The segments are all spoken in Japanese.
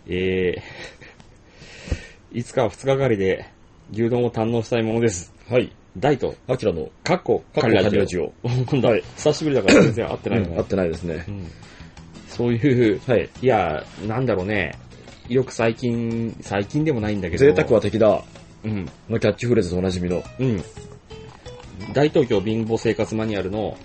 いつかは2日がかりで牛丼を堪能したいものです。 はい。 大と、 アキラの、 カッカリラジオ。 今度は久しぶりだから全然会ってないのが、 会ってないですね。 そういう、 はい。 いや、なんだろうね。よく最近でもないんだけど。 贅沢は敵だ。 うん。 のキャッチフレーズとおなじみの。 うん。大東京貧乏生活マニュアルの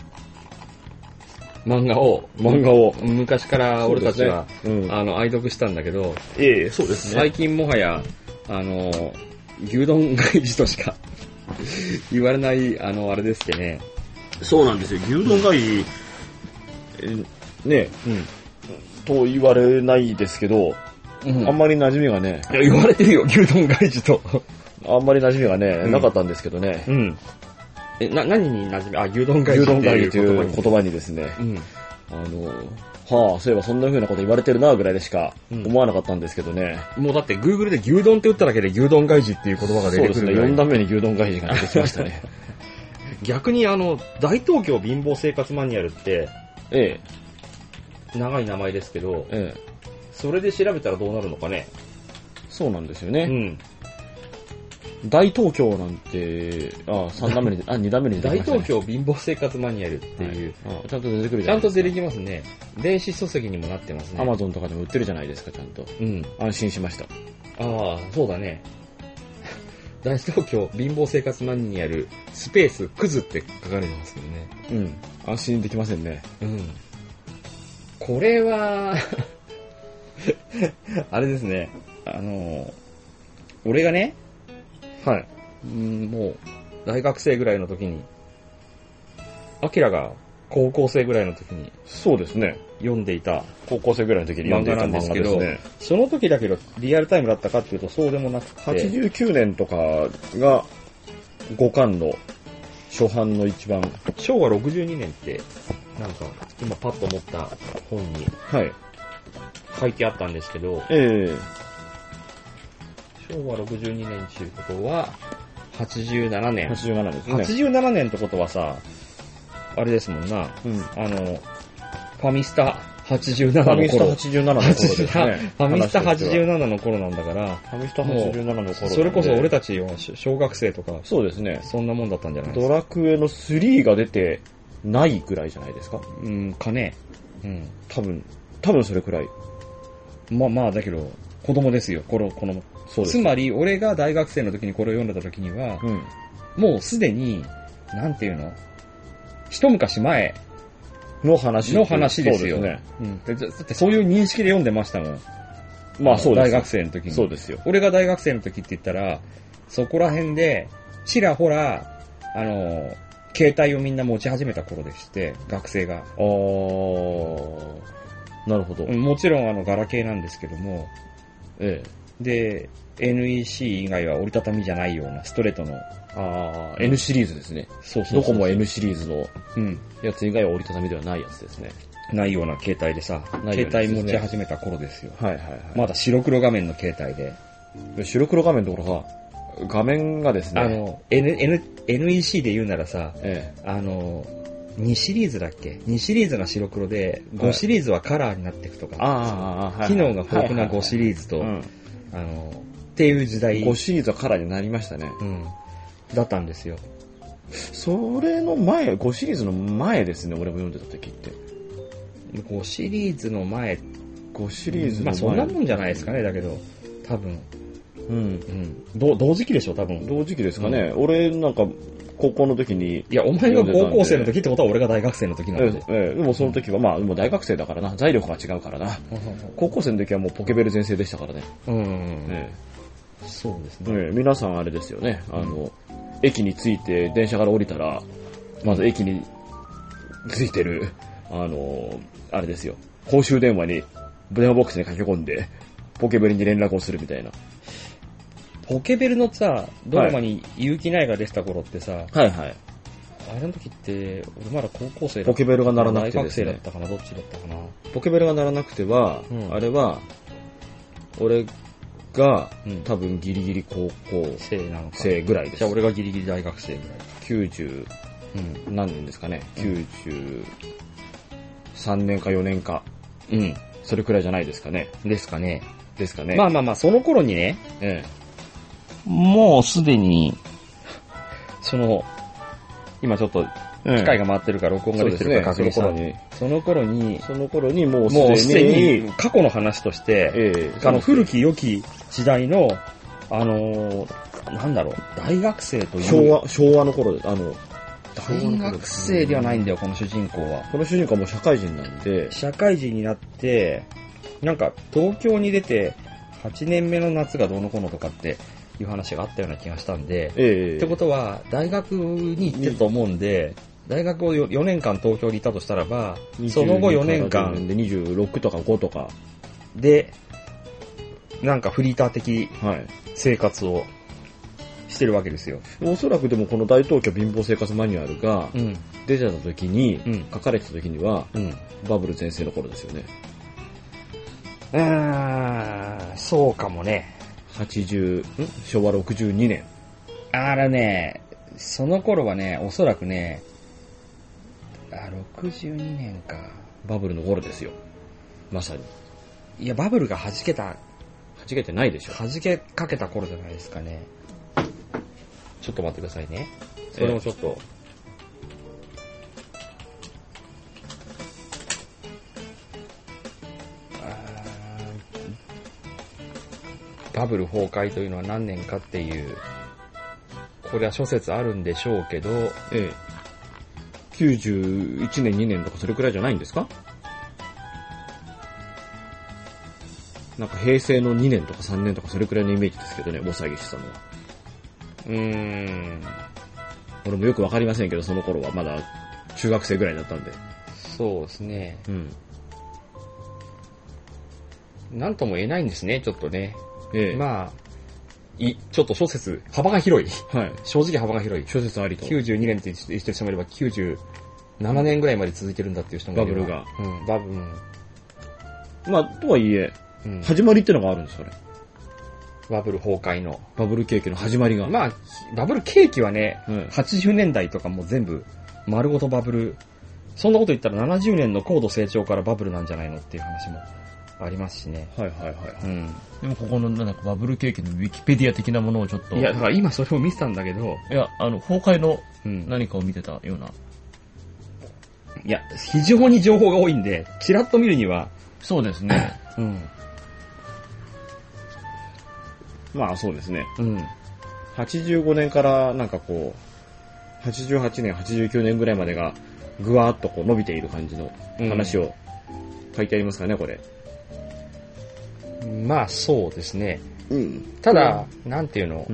漫画を昔から俺たちは、愛読したんだけど、 そうですね。 最近もはや、牛丼外事としか言われない、あれですってね。 そうなんですよ。牛丼外事、ね、と言われないですけど、あんまり馴染みがね。 いや、言われてるよ、牛丼外事と。 あんまり馴染みがね、なかったんですけどね。 何に馴染み、牛丼外事という言葉にですね。そういえばそんな風なこと言われてるなぐらいでしか思わなかったんですけどね。 もうだって Google で牛丼って打っただけで牛丼外事っていう言葉が出てくる。 そうですね、4段目に牛丼外事が出てきましたね。 逆に大東京貧乏生活マニュアルって、長い名前ですけど、それで調べたらどうなるのかね。 そうなんですよね。大東京なんて、3段目に、2段目に出てきましたね。 大東京貧乏生活マニュアルっていう。 ちゃんと出てくるじゃないですか。ちゃんと出てきますね。電子書籍にもなってますね。 Amazon とかでも売ってるじゃないですか、ちゃんと。安心しました。 そうだね。大東京貧乏生活マニュアル、スペース、クズって書かれてますよね。 安心できませんね。 これは、あれですね。俺がね、もう、大学生ぐらいの時に、アキラが高校生ぐらいの時に、 そうですね。 読んでいた、 高校生ぐらいの時に読んでいた漫画ですけど、 その時だけどリアルタイムだったかっていうとそうでもなくて、 89年とかが5巻の初版の一番。 昭和62年って、なんか、今パッと持った本に、書いてあったんですけど、昭和62年っていうことは、87年。 87年ですね。 87年ってことはさ、あれですもんな。ファミスタ87の頃。 ファミスタ87の頃ですね。 ファミスタ87の頃なんだから、 ファミスタ87の頃。 それこそ俺たちは小学生とか、 そうですね。 そんなもんだったんじゃないですか。 ドラクエの3が出てないくらいじゃないですか。 かね。 多分それくらい。 まあだけど、子供ですよ、この。 そうです。 つまり、俺が大学生の時にこれを読んでた時には、もうすでに、なんていうの？一昔前の話ですよ。だってそういう認識で読んでましたもん。そうです。大学生の時に。 そうですよ。 俺が大学生の時って言ったら、そこら辺で、ちらほら、携帯をみんな持ち始めた頃でして、学生が。 なるほど。 もちろんガラケーなんですけども、で、NEC 以外は折りたたみじゃないようなストレートの。 N シリーズですね。どこも N シリーズのやつ以外は折りたたみではないやつですね。 ないような携帯でさ、携帯持ち始めた頃ですよ。まだ白黒画面の携帯で。 白黒画面のところが、画面がですね。 NEC で言うならさ、2シリーズだっけ ?2 シリーズが白黒で、5シリーズはカラーになっていくとか、機能が豊富な5シリーズと、っていう時代。 5シリーズはカラーになりましたね。 だったんですよ。 それの前、5シリーズの前ですね、俺も読んでた時って。 5シリーズの前。 5シリーズの前。 そんなもんじゃないですかね、だけど、多分。同時期でしょ、多分。 同時期ですかね。俺なんか、高校の時に。 いや、お前が高校生の時ってことは俺が大学生の時なんで。 でもその時は、でも大学生だからな。財力が違うからな。高校生の時はもうポケベル全盛でしたからね。 そうですね。 皆さんあれですよね。駅に着いて電車から降りたら、まず駅に着いてる、あれですよ。公衆電話に、電話ボックスに書き込んで、ポケベルに連絡をするみたいな。 ポケベルのさ、ドラマに結城苗が出てた頃ってさ、あれの時って、俺まだ高校生だった。 ポケベルが鳴らなくてですね。 大学生だったかな、どっちだったかな。 ポケベルが鳴らなくては、あれは、俺が、多分ギリギリ高校生ぐらいです。 じゃあ俺がギリギリ大学生ぐらい。 90、何年ですかね。93年か4年か。 それくらいじゃないですかね。 ですかね。 ですかね。 まあまあまあ、その頃にね、もうすでに、今ちょっと、機械が回ってるから、録音ができてるから確認した。その頃にもうすでに、過去の話として、古き良き時代の、なんだろう、大学生という。 昭和の頃、 大学生ではないんだよ、この主人公は。 この主人公はもう社会人なんで。 社会人になって、なんか東京に出て8年目の夏がどうのこうのとかっていう話があったような気がしたんで、ってことは大学に行ってると思うんで、大学を4年間東京にいたとしたらば、その後4年間で26とか5とかで、なんかフリーター的生活をしてるわけですよ。 おそらくでもこの大東京貧乏生活マニュアルが出てた時に、書かれてた時には、バブル全盛の頃ですよね。 そうかもね。 昭和62年。 その頃はね、おそらくね、62年か。 バブルの頃ですよ。まさに。 いや、バブルが弾けてないでしょ。 弾けかけた頃じゃないですかね。ちょっと待ってくださいね。それもちょっと。バブル崩壊というのは何年かっていう、これは諸説あるんでしょうけど、 91年2年とかそれくらいじゃないんですか？なんか平成の2年とか3年とかそれくらいのイメージですけどね、大騒ぎしてたのは。俺もよくわかりませんけど、その頃はまだ中学生ぐらいだったんで。 そうですね。なんとも言えないんですね、ちょっとね。まあ、ちょっと諸説、幅が広い。正直幅が広い。 諸説ありと。 92年って言ってる人もいれば、97年ぐらいまで続いてるんだっていう人もいれば。 バブルが。 バブル。 まあ、とはいえ、始まりってのがあるんですよね。 バブル崩壊の。 バブル景気の始まりが。 まあ、バブル景気はね、80年代とかも全部、丸ごとバブル。そんなこと言ったら70年の高度成長からバブルなんじゃないのっていう話もありますしね。 でもここのなんかバブル景気のウィキペディア的なものをちょっと。 いや、だから今それを見てたんだけど。 いや、崩壊の何かを見てたような。 いや、非常に情報が多いんで、チラッと見るには。 そうですね。まあそうですね。85年からなんかこう、88年、89年ぐらいまでがぐわーっとこう伸びている感じの話を書いてありますかね、これ。 まあそうですね。ただ、なんていうの、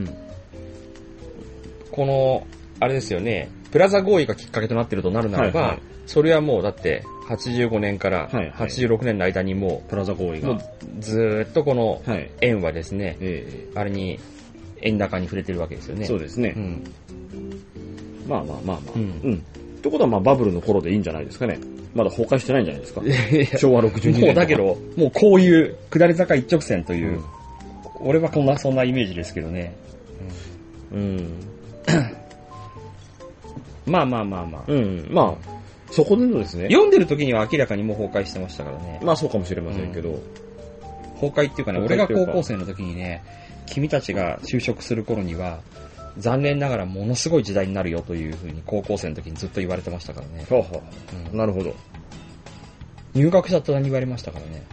この、あれですよね、プラザ合意がきっかけとなっているとなるならば、それはもうだって85年から86年の間にもう、 プラザ合意がずーっとこの円はですね、あれに円高に触れてるわけですよね。 そうですね。まあ。ってことはまあバブルの頃でいいんじゃないですかね。まだ崩壊してないんじゃないですか。昭和62年。 もうだけど、もうこういう下り坂一直線という、俺はそんなイメージですけどね。まあ。まあ、そこでのですね。 読んでる時には明らかにもう崩壊してましたからね。 まあそうかもしれませんけど。 崩壊っていうかね、俺が高校生の時にね、君たちが就職する頃には、残念ながらものすごい時代になるよというふうに高校生の時にずっと言われてましたからね。 なるほど。 入学した途端に言われましたからね。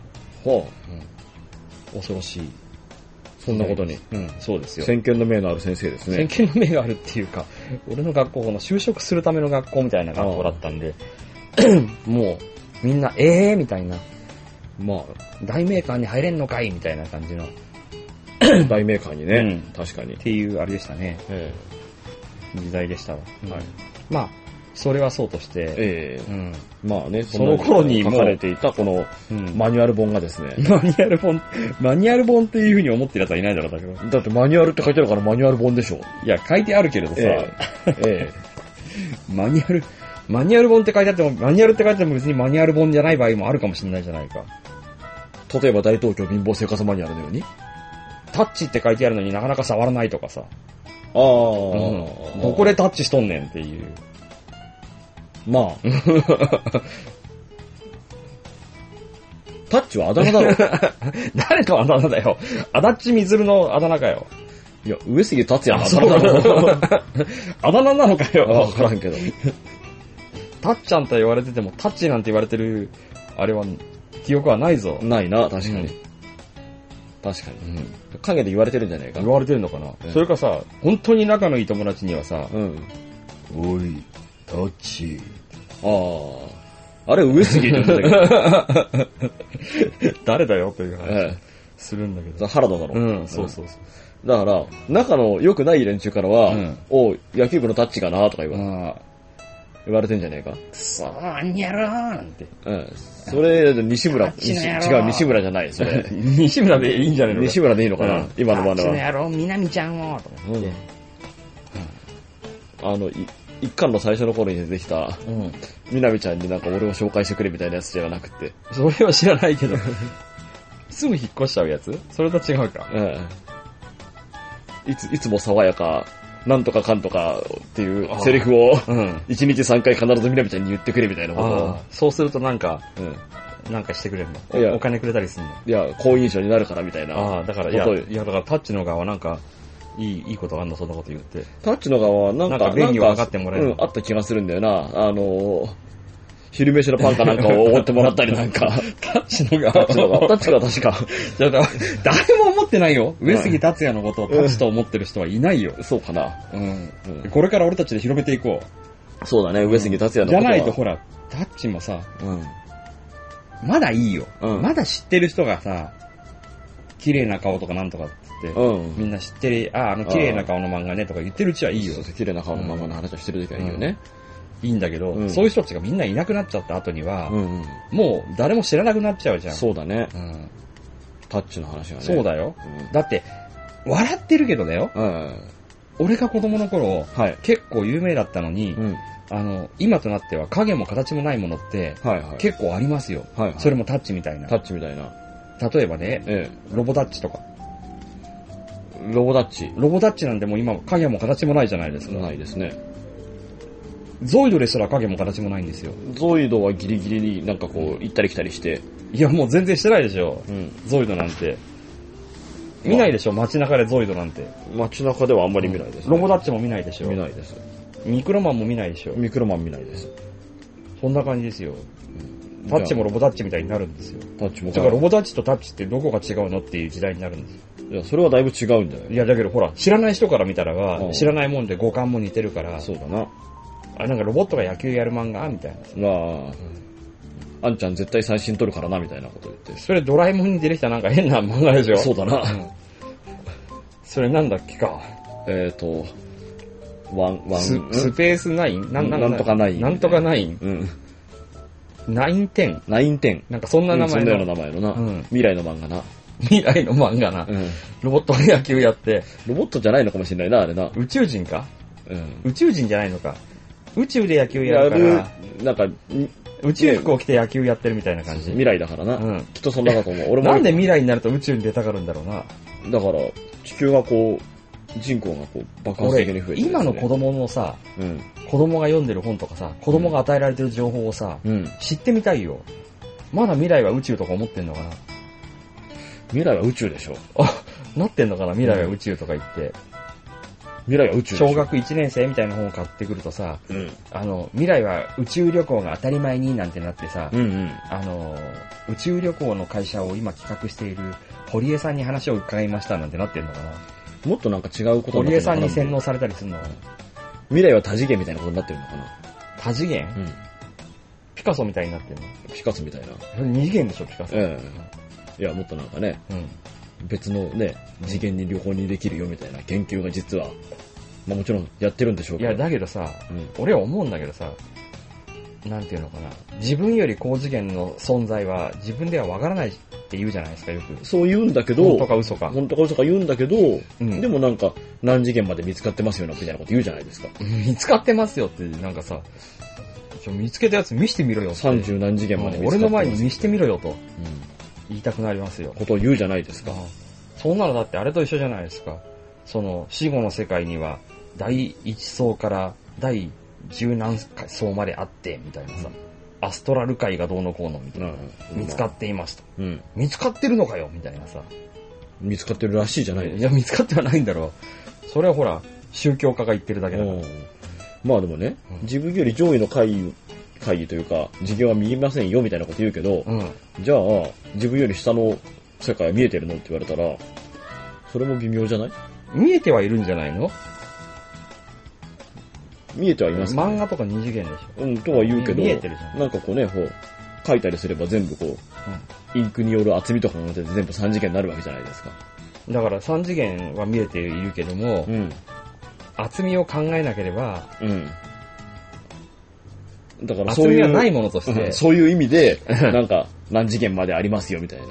恐ろしい。 そんなことに。 そうですよ。 先見の明のある先生ですね。 先見の明があるっていうか、俺の学校、この就職するための学校みたいな学校だったんで、もう、みんな、みたいな。まあ、大メーカーに入れんのかいみたいな感じの。 大メーカーにね、確かに。 っていうあれでしたね。時代でしたわ。まあ、それはそうとして、 まあね、 その頃に書かれていたこのマニュアル本がですね。 マニュアル本っていう風に思ってるやつはいないだろう、確か。 だってマニュアルって書いてあるからマニュアル本でしょ。 いや、書いてあるけれどさ、マニュアル本って書いてあっても、マニュアルって書いてあっても別にマニュアル本じゃない場合もあるかもしれないじゃないか。 例えば大東京貧乏生活マニュアルのようにタッチって書いてあるのになかなか触らないとかさ。どこでタッチしとんねんっていう。まあ。 タッチはあだ名だろ。 誰のあだ名だよ。足立みずるのあだ名かよ。 いや、上杉達也のあだ名だろ。 あだ名なのかよ。 わからんけど。 タッちゃんと言われてても、タッチなんて言われてる、あれは、記憶はないぞ。 ないな、確かに。確かに。影で言われてるんじゃないか。 言われてるのかな。それかさ、本当に仲のいい友達にはさ、おい、タッチ。 あれ上杉って言うんだけど。 誰だよという話するんだけど。 原田だろ。 そうそうそう。 だから、仲の良くない連中からは、おう、野球部のタッチかなとか言われてんじゃねえか。 くそー、にゃろーなんて。 それ、西村、違う、西村じゃない、それ。 西村でいいんじゃないの西村でいいのかな、今のまでは。 タッチの野郎、みなみちゃんを、とか言って。 一巻の最初の頃に出てきた、みなみちゃんになんか俺を紹介してくれみたいなやつじゃなくて。 それは知らないけど。すぐ引っ越しちゃうやつそれと違うか。 いつも爽やか、なんとかかんとかっていうセリフを、1日3回必ずみなみちゃんに言ってくれみたいなことを。 そうするとなんかしてくれるの？お金くれたりするの？ いや、好印象になるからみたいな。 だから、いや、だからタッチの側はなんか、いいことあんのそんなこと言って。 タッチの側はなんか便宜を分かってもらえる。 あった気がするんだよな。昼飯のパンかなんかをおごってもらったりなんか。 タッチの側タッチが確か。 誰も思ってないよ。上杉達也のことをタッチと思ってる人はいないよ。 そうかな。 これから俺たちで広めていこう。そうだね、上杉達也のことじゃないとほら、タッチもさ、まだいいよ。まだ知ってる人がさ、綺麗な顔とかなんとかって言って、みんな知ってる、綺麗な顔の漫画ねとか言ってるうちはいいよ。 綺麗な顔の漫画の話をしてる時はいいよね。 いいんだけど、そういう人たちがみんないなくなっちゃった後には、もう誰も知らなくなっちゃうじゃん。 そうだね。タッチの話はね。 そうだよ。だって、笑ってるけどだよ。俺が子供の頃、結構有名だったのに、今となっては影も形もないものって、結構ありますよ。それもタッチみたいな。 タッチみたいな。 例えばね、ロボタッチとか。 ロボタッチ。 ロボタッチなんてもう今影も形もないじゃないですか。 ないですね。 ゾイドですら影も形もないんですよ。 ゾイドはギリギリになんかこう行ったり来たりして。 いやもう全然してないでしょ。ゾイドなんて。見ないでしょ、街中でゾイドなんて。 街中ではあんまり見ないです、 ロボタッチも見ないでしょ。 見ないです。 ミクロマンも見ないでしょ。 ミクロマン見ないです。 そんな感じですよ。タッチもロボタッチみたいになるんですよ。 タッチも。 だからロボタッチとタッチってどこが違うのっていう時代になるんですよ。 いや、それはだいぶ違うんじゃない？ いや、だけどほら、知らない人から見たらが、知らないもんで五感も似てるから。 そうだな。 なんかロボットが野球やる漫画みたいな。 あんちゃん絶対三振取るからなみたいなこと言って。 それドラえもんに出てきたなんか変な漫画でしょ。 そうだな。 それなんだっけか。 スペースナインなんとかナイン。 なんとかナイン。ナインテン。 ナインテン。 なんかそんな名前の。 そんなような名前のな。未来の漫画な。 未来の漫画な。ロボットが野球やって。 ロボットじゃないのかもしれないな、あれな。 宇宙人か？宇宙人じゃないのか。宇宙で野球やるから、 なんか、 宇宙服を着て野球やってるみたいな感じ。 未来だからな。きっとそんなだと思う。俺も。 なんで未来になると宇宙に出たがるんだろうな。 だから、地球がこう、人口がこう、爆発的に増えてる。 今の子供のさ、子供が読んでる本とかさ、子供が与えられてる情報をさ、知ってみたいよ。まだ未来は宇宙とか思ってんのかな。 未来は宇宙でしょ。 なってんのかな、未来は宇宙とか言って。 未来は宇宙でしょ。 小学1年生みたいな本を買ってくるとさ、未来は宇宙旅行が当たり前になんてなってさ、宇宙旅行の会社を今企画している堀江さんに話を伺いましたなんてなってんのかな。 もっとなんか違うことになってるのかな。堀江さんに洗脳されたりするのかな。 未来は多次元みたいなことになってるのかな。 多次元？ピカソみたいになってるの？ ピカソみたいな。 2次元でしょ、ピカソ。 いや、もっとなんかね、別のね、次元に旅行にできるよみたいな研究が実は、もちろんやってるんでしょうけど。 いや、だけどさ、俺は思うんだけどさ、なんていうのかな。自分より高次元の存在は自分ではわからないって言うじゃないですか、よく。 そう言うんだけど、 本当か嘘か。 本当か嘘か言うんだけど、でもなんか何次元まで見つかってますよみたいなこと言うじゃないですか。 見つかってますよって、なんかさ、見つけたやつ見してみろよって。 30何次元まで見つかってます。 俺の前に見してみろよと。言いたくなりますよ。 ことを言うじゃないですか。 そんなのだってあれと一緒じゃないですか。その死後の世界には第1層から第10何層まであってみたいなさ。 アストラル海がどうのこうのみたいな。見つかっていますと。見つかってるのかよみたいなさ。 見つかってるらしいじゃないですか。 いや、見つかってはないんだろう。それはほら、宗教家が言ってるだけだから。 まあでもね、自分より上位の会議というか、次元は見えませんよみたいなこと言うけど、じゃあ、自分より下の世界は見えてるのって言われたら、それも微妙じゃない？ 見えてはいるんじゃないの？ 見えてはいますね。 漫画とか二次元でしょ。 とは言うけど、 見えてるじゃん。 なんかこうね、書いたりすれば全部インクによる厚みとかが全部3次元になるわけじゃないですか。 だから3次元は見えているけども、厚みを考えなければ、だからそういう厚みはないものとして、 そういう意味で、なんか何次元までありますよみたいな。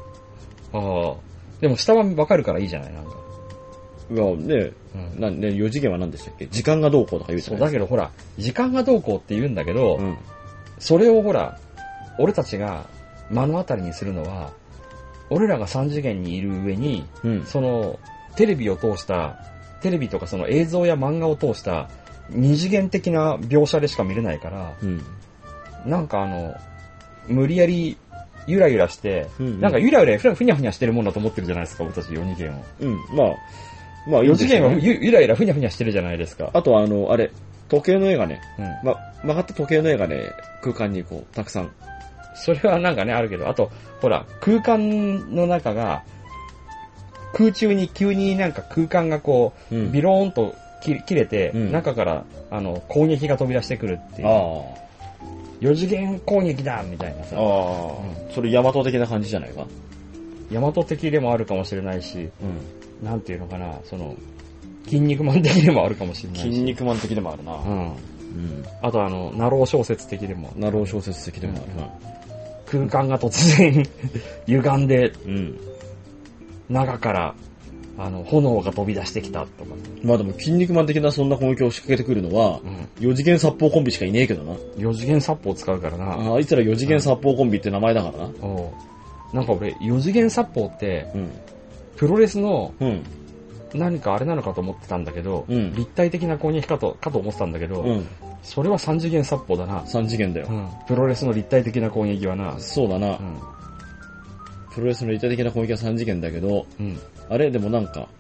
でも下はわかるからいいじゃない、なんか。 ね、4次元は何でしたっけ？時間がどうこうとか言うじゃないですか。 そうだけどほら、時間がどうこうって言うんだけど、それをほら、俺たちが目の当たりにするのは、俺らが3次元にいる上に、そのテレビを通した、テレビとかその映像や漫画を通した二次元的な描写でしか見れないから、なんか無理やりゆらゆらして、なんかゆらゆらふにゃふにゃしてるもんだと思ってるじゃないですか、俺たち4次元を。まあ4次元はゆらゆらふにゃふにゃしてるじゃないですか。 あとはあれ、時計の絵がね、曲がった時計の絵がね、空間にたくさん。 それはなんかね、あるけど、あと、ほら、空間の中が、空中に急になんか空間がビローンと切れて、中から攻撃が飛び出してくるっていう。4次元攻撃だみたいなさ。 それヤマト的な感じじゃないか？ ヤマト的でもあるかもしれないし、なんていうのかな、筋肉マン的でもあるかもしれないし。 筋肉マン的でもあるな。 あとナロー小説的でも。 ナロー小説的でもあるな。 空間が突然歪んで、中から炎が飛び出してきたとか。 まあでも筋肉マン的なそんな攻撃を仕掛けてくるのは、4次元殺法コンビしかいねえけどな。 4次元殺法を使うからな。 あいつら4次元殺法コンビって名前だからな。 なんか俺、4次元殺法って、プロレスの何かあれなのかと思ってたんだけど、立体的な攻撃かと思ってたんだけど、それは3次元殺法だな。 3次元だよ。 プロレスの立体的な攻撃はな。 そうだな。プロレスの立体的な攻撃は3次元だけど、あれでもなんか、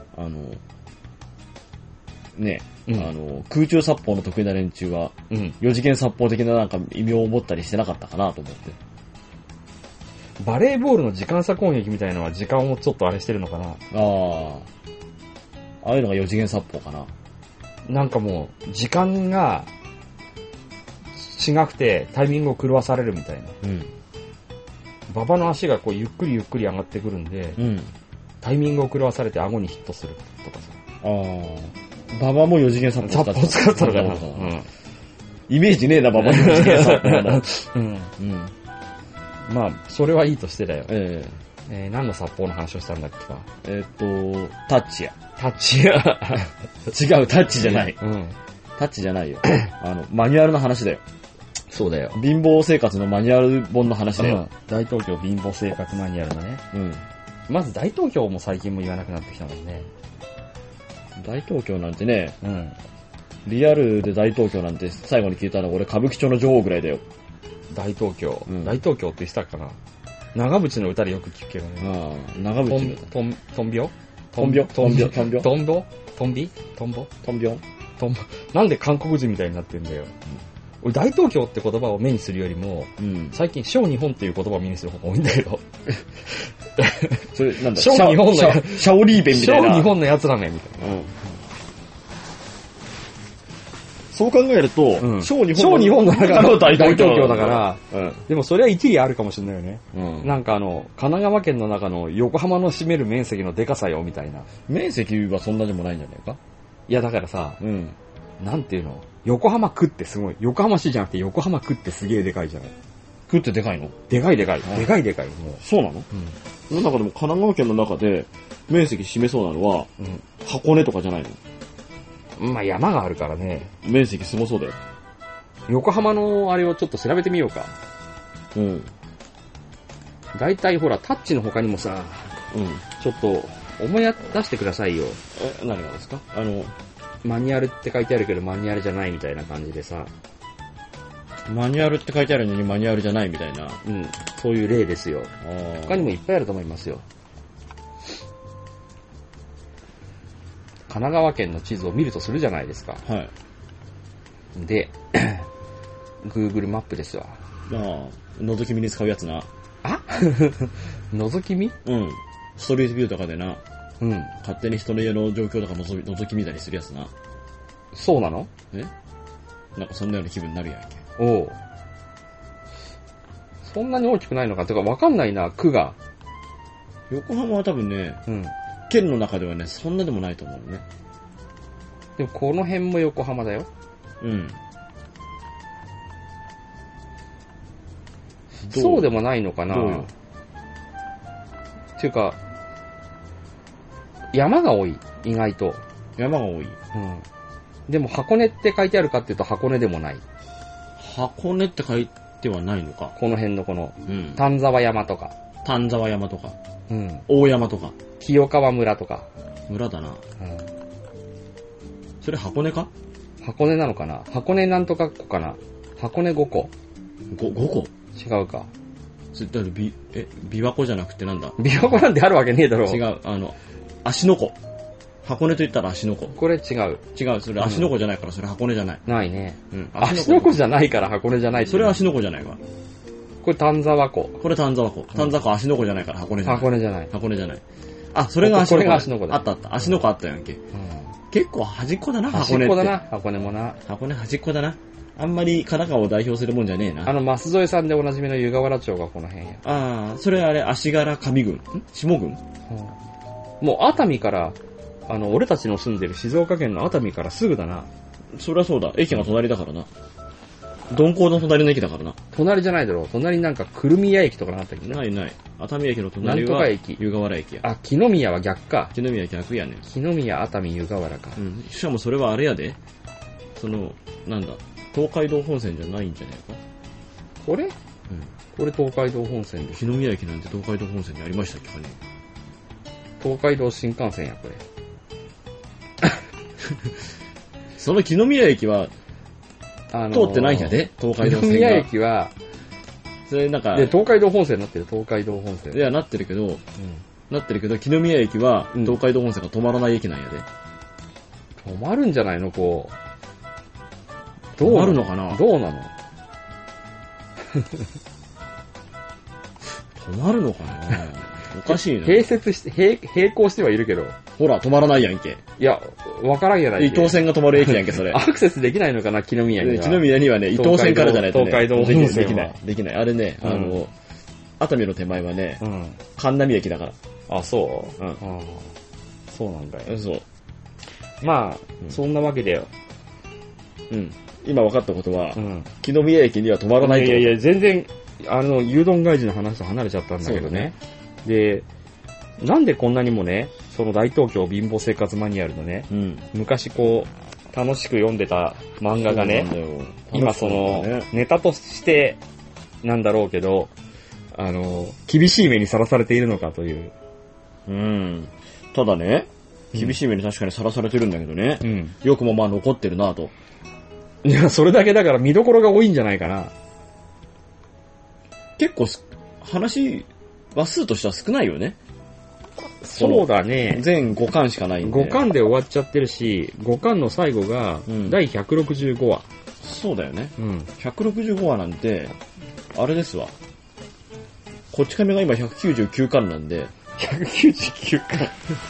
空中殺法の得意な連中は、4次元殺法的ななんか異名を持ったりしてなかったかなと思って。 バレーボールの時間差攻撃みたいなのは時間をちょっとあれしてるのかな。 ああいうのが4次元殺法かな。 なんかもう、時間が違くてタイミングを狂わされるみたいな。馬場の足がゆっくりゆっくり上がってくるんで、タイミングを狂わされて顎にヒットするとかさ。 馬場も4次元殺法使ったのかな。 イメージねえな、馬場の4次元殺法。 まあ、それはいいとしてだよ。何の殺法の話をしたんだっけか。 タッチや。 タッチや。 違う、タッチじゃない。タッチじゃないよ。マニュアルの話だよ。 そうだよ。 貧乏生活のマニュアル本の話だよ。 大東京貧乏生活マニュアルのね。まず大東京も最近も言わなくなってきたもんね。 大東京なんてね、リアルで大東京なんて最後に聞いたのは俺歌舞伎町の女王ぐらいだよ。 大東京。大東京って言ってたかな。長渕の歌でよく聞くけどね。 長渕の歌。 トンビョトンビョトンビョトンビョトンボトンビトンボトンビョトンボ。なんで韓国人みたいになってんだよ。俺大東京って言葉を目にするよりも、最近小日本っていう言葉を目にする方が多いんだけど。 それなんだ小日本のシャオリーベンみたいな。 小日本のやつらねみたいな。 そう考えると、 小日本の中の大東京だから、でもそれは一理あるかもしれないよね。なんか神奈川県の中の横浜の占める面積のでかさよみたいな。 面積はそんなでもないんじゃないか。 いやだからさ、なんていうの、横浜区ってすごい。横浜市じゃなくて横浜区ってすげえでかいじゃない。 区ってでかいの？ でかいでかい。でかいでかい。もうそうなの？その中でも神奈川県の中で面積占めそうなのは、箱根とかじゃないの？ まあ山があるからね。 面積すごそうだよ。 横浜のあれをちょっと調べてみようか。大体ほら、タッチの他にもさ、ちょっと思い出してくださいよ。 何がですか？ マニュアルって書いてあるけどマニュアルじゃないみたいな感じでさ。 マニュアルって書いてあるのにマニュアルじゃないみたいな。 うん。そういう例ですよ。他にもいっぱいあると思いますよ。神奈川県の地図を見るとするじゃないですか。 はい。 で、Google マップですわ。 ああ、覗き見に使うやつな。 あ覗き見？ うん。ストリートビューとかでな。 うん。 勝手に人の家の状況とか覗き見たりするやつな。 そうなの？ なんかそんなような気分になるやんけ。 おう。そんなに大きくないのかってかわかんないな、区が。 横浜は多分ね、 うん。 県の中ではね、そんなでもないと思うね。 でもこの辺も横浜だよ。 うん。 そうでもないのかな。 どうよ。 っていうか、山が多い、意外と。 山が多い。うん。 でも箱根って書いてあるかっていうと箱根でもない。 箱根って書いてはないのか。 この辺のこの、 うん。 丹沢山とか。 丹沢山とか。 うん。 大山とか。 清川村とか。 村だな。 うん。 それ箱根か？ 箱根なのかな？箱根なんとか湖かな？箱根5個。 5個？ 違うか。 それだって琵琶湖じゃなくてなんだ？ 琵琶湖なんてあるわけねえだろ。 違う。芦ノ湖。箱根と言ったら芦ノ湖。 これ違う。 違う。それ芦ノ湖じゃないからそれ箱根じゃない。 ないね。 うん。 芦ノ湖じゃないから箱根じゃないって。 それは芦ノ湖じゃないわ。 これ丹沢湖。 これ丹沢湖。丹沢湖芦ノ湖じゃないから箱根じゃない。 箱根じゃない。 箱根じゃない。あ、それが芦ノ湖。 これが芦ノ湖だ。 あったあった。芦ノ湖あったやんけ。結構端っこだな、 箱根って。端っこだな、箱根もな。 箱根端っこだな。あんまり神奈川を代表するもんじゃねえな。 舛添さんでおなじみの湯河原町がこの辺や。 ああ、それあれ、足柄上郡下郡、 もう熱海から、俺たちの住んでる静岡県の熱海からすぐだな。 そりゃそうだ。駅が隣だからな。鈍行の隣の駅だからな。 隣じゃないだろう。隣なんか、くるみや駅とかなったっけ？ ないない。熱海駅の隣は、 なんとか駅。 湯河原駅や。 あ、木の宮は逆か。 木の宮逆やねん。 木の宮、熱海、湯河原か。 うん。しかもそれはあれやで。なんだ。東海道本線じゃないんじゃないか？ これ？ うん。 これ東海道本線です。 木の宮駅なんて東海道本線にありましたっけかね？ 東海道新幹線や、これ。 その木の宮駅は、通ってないんやで、東海道線が。木の宮駅は、 それなんか、 で、東海道本線になってる、東海道本線。 いや、なってるけど、木の宮駅は、東海道本線が止まらない駅なんやで。 止まるんじゃないのこう。 止まるのかな？ どうなの？ 止まるのかな？おかしいな。 並行してはいるけど。 ほら、止まらないやんけ。 いや、わからんやない伊東線が止まる駅やんけ、それ。 アクセスできないのかな、木の宮には。 木の宮にはね、伊東線からじゃないとね。 東海道本線できない。できない。あれね、熱海の手前はね、神奈美駅だから。 あ、そう？そうなんだよ。そう。まあ、そんなわけだよ。 うん。今分かったことは、木の宮駅には止まらないと。 いや、全然、牛丼外事の話と離れちゃったんだけどね。で、なんでこんなにもね、その大東京貧乏生活マニュアルのね、昔こう、楽しく読んでた漫画がね、今その、ネタとしてなんだろうけど、厳しい目にさらされているのかという。 ただね、厳しい目に確かにさらされてるんだけどね、よくもまあ残ってるなと。 いや、それだけだから見どころが多いんじゃないかな。 結構話話数としては少ないよね。 そうだね。 全5巻しかないんで。 5巻で終わっちゃってるし、5巻の最後が第165話。 そうだよね。165話なんて、あれですわ。こっち亀が今199巻なんで。 199巻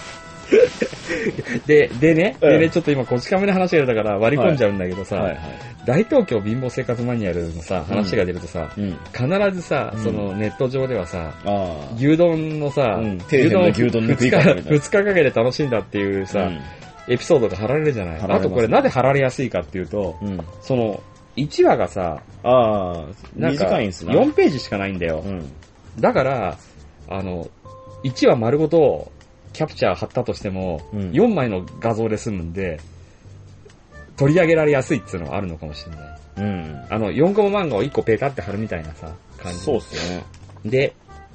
でね、ちょっと今こち亀の話が出たから割り込んじゃうんだけどさ、大東京貧乏生活マニュアルのさ、話が出るとさ、必ずさ、そのネット上ではさ、牛丼のさ、 牛丼の食い方みたいな。 2日かけて楽しんだっていうさ、エピソードが貼られるじゃない。あとこれなぜ貼られやすいかっていうと、その、1話がさ、なんか短いんすね。 4ページしかないんだよ。だから、1話丸ごと、キャプチャー貼ったとしても、4枚の画像で済むんで、取り上げられやすいっていうのはあるのかもしれない。4コマ漫画を1個ペタって貼るみたいなさ、感じ。 そうっすね。 で、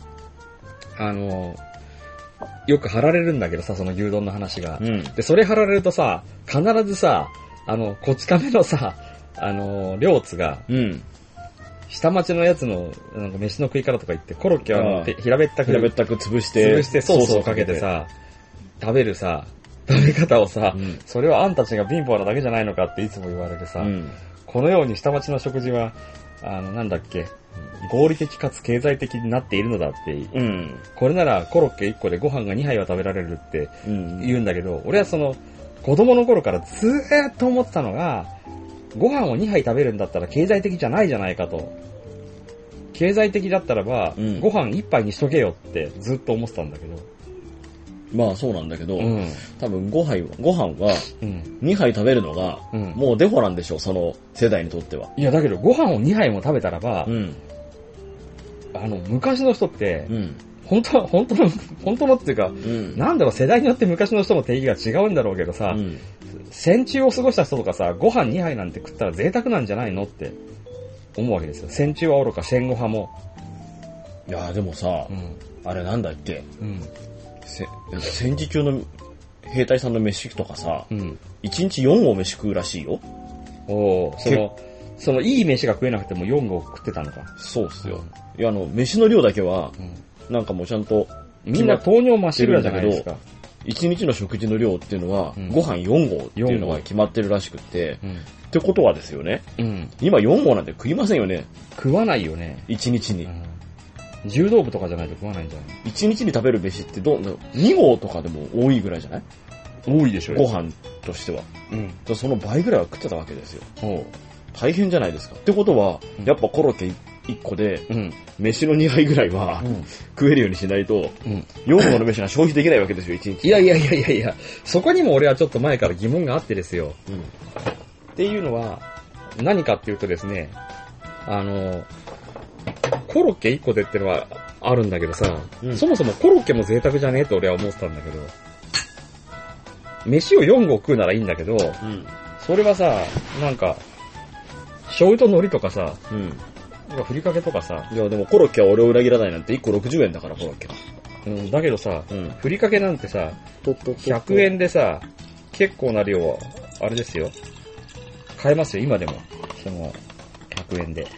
よく貼られるんだけどさ、その牛丼の話が。で、それ貼られるとさ、必ずさ、こち亀のさ、両津が、 下町のやつの、なんか飯の食い方とか言って、コロッケは平べったく潰してソースをかけてさ、食べるさ、食べ方をさ、それはあんたちが貧乏なだけじゃないのかっていつも言われるさ、このように下町の食事は、なんだっけ、合理的かつ経済的になっているのだって、これならコロッケ1個でご飯が2杯は食べられるって言うんだけど、俺はその、子供の頃からずーっと思ってたのが、ご飯を2杯食べるんだったら経済的じゃないじゃないかと。経済的だったらば、ご飯1杯にしとけよってずっと思ってたんだけど。 まあそうなんだけど、多分ご飯は2杯食べるのが、もうデフォなんでしょう、その世代にとっては。 いやだけどご飯を2杯も食べたらば、昔の人って、本当のっていうか、なんだろう、世代によって昔の人の定義が違うんだろうけどさ、戦中を過ごした人とかさ、ご飯2杯なんて食ったら贅沢なんじゃないのって思うわけですよ。戦中はおろか戦後派も。 いやでもさ、あれなんだっけ、戦時中の兵隊さんの飯とかさ、1日4合飯食うらしいよ。 そのいい飯が食えなくても4合食ってたのか。 そうっすよ。いや飯の量だけは、なんかもうちゃんと、 みんな糖尿ましぐらいじゃないですか。 1日の食事の量っていうのは、ご飯4合っていうのが決まってるらしくって、ってことはですよね。今4合なんて食いませんよね。 食わないよね。 1日に。 柔道部とかじゃないと食わないんじゃない ?1 日に食べる飯って2合とかでも多いぐらいじゃない？ 多いでしょ。 ご飯としては。その倍ぐらいは食ってたわけですよ。大変じゃないですか。ってことは、やっぱコロッケ1個で、飯の2杯ぐらいは、食えるようにしないと、4合の飯が消費できないわけですよ、1日。 いや、そこにも俺はちょっと前から疑問があってですよ。っていうのは、何かっていうとですね、コロッケ1個でってのはあるんだけどさ、そもそもコロッケも贅沢じゃねえと俺は思ってたんだけど、飯を4合食うならいいんだけど、それはさ、なんか、醤油と海苔とかさ、ふりかけとかさ。 いやでもコロッケは俺を裏切らないなんて1個60円だから、コロッケは。 だけどさ、ふりかけなんてさ、100円でさ、結構な量は、あれですよ。買えますよ、今でも。その、100円で。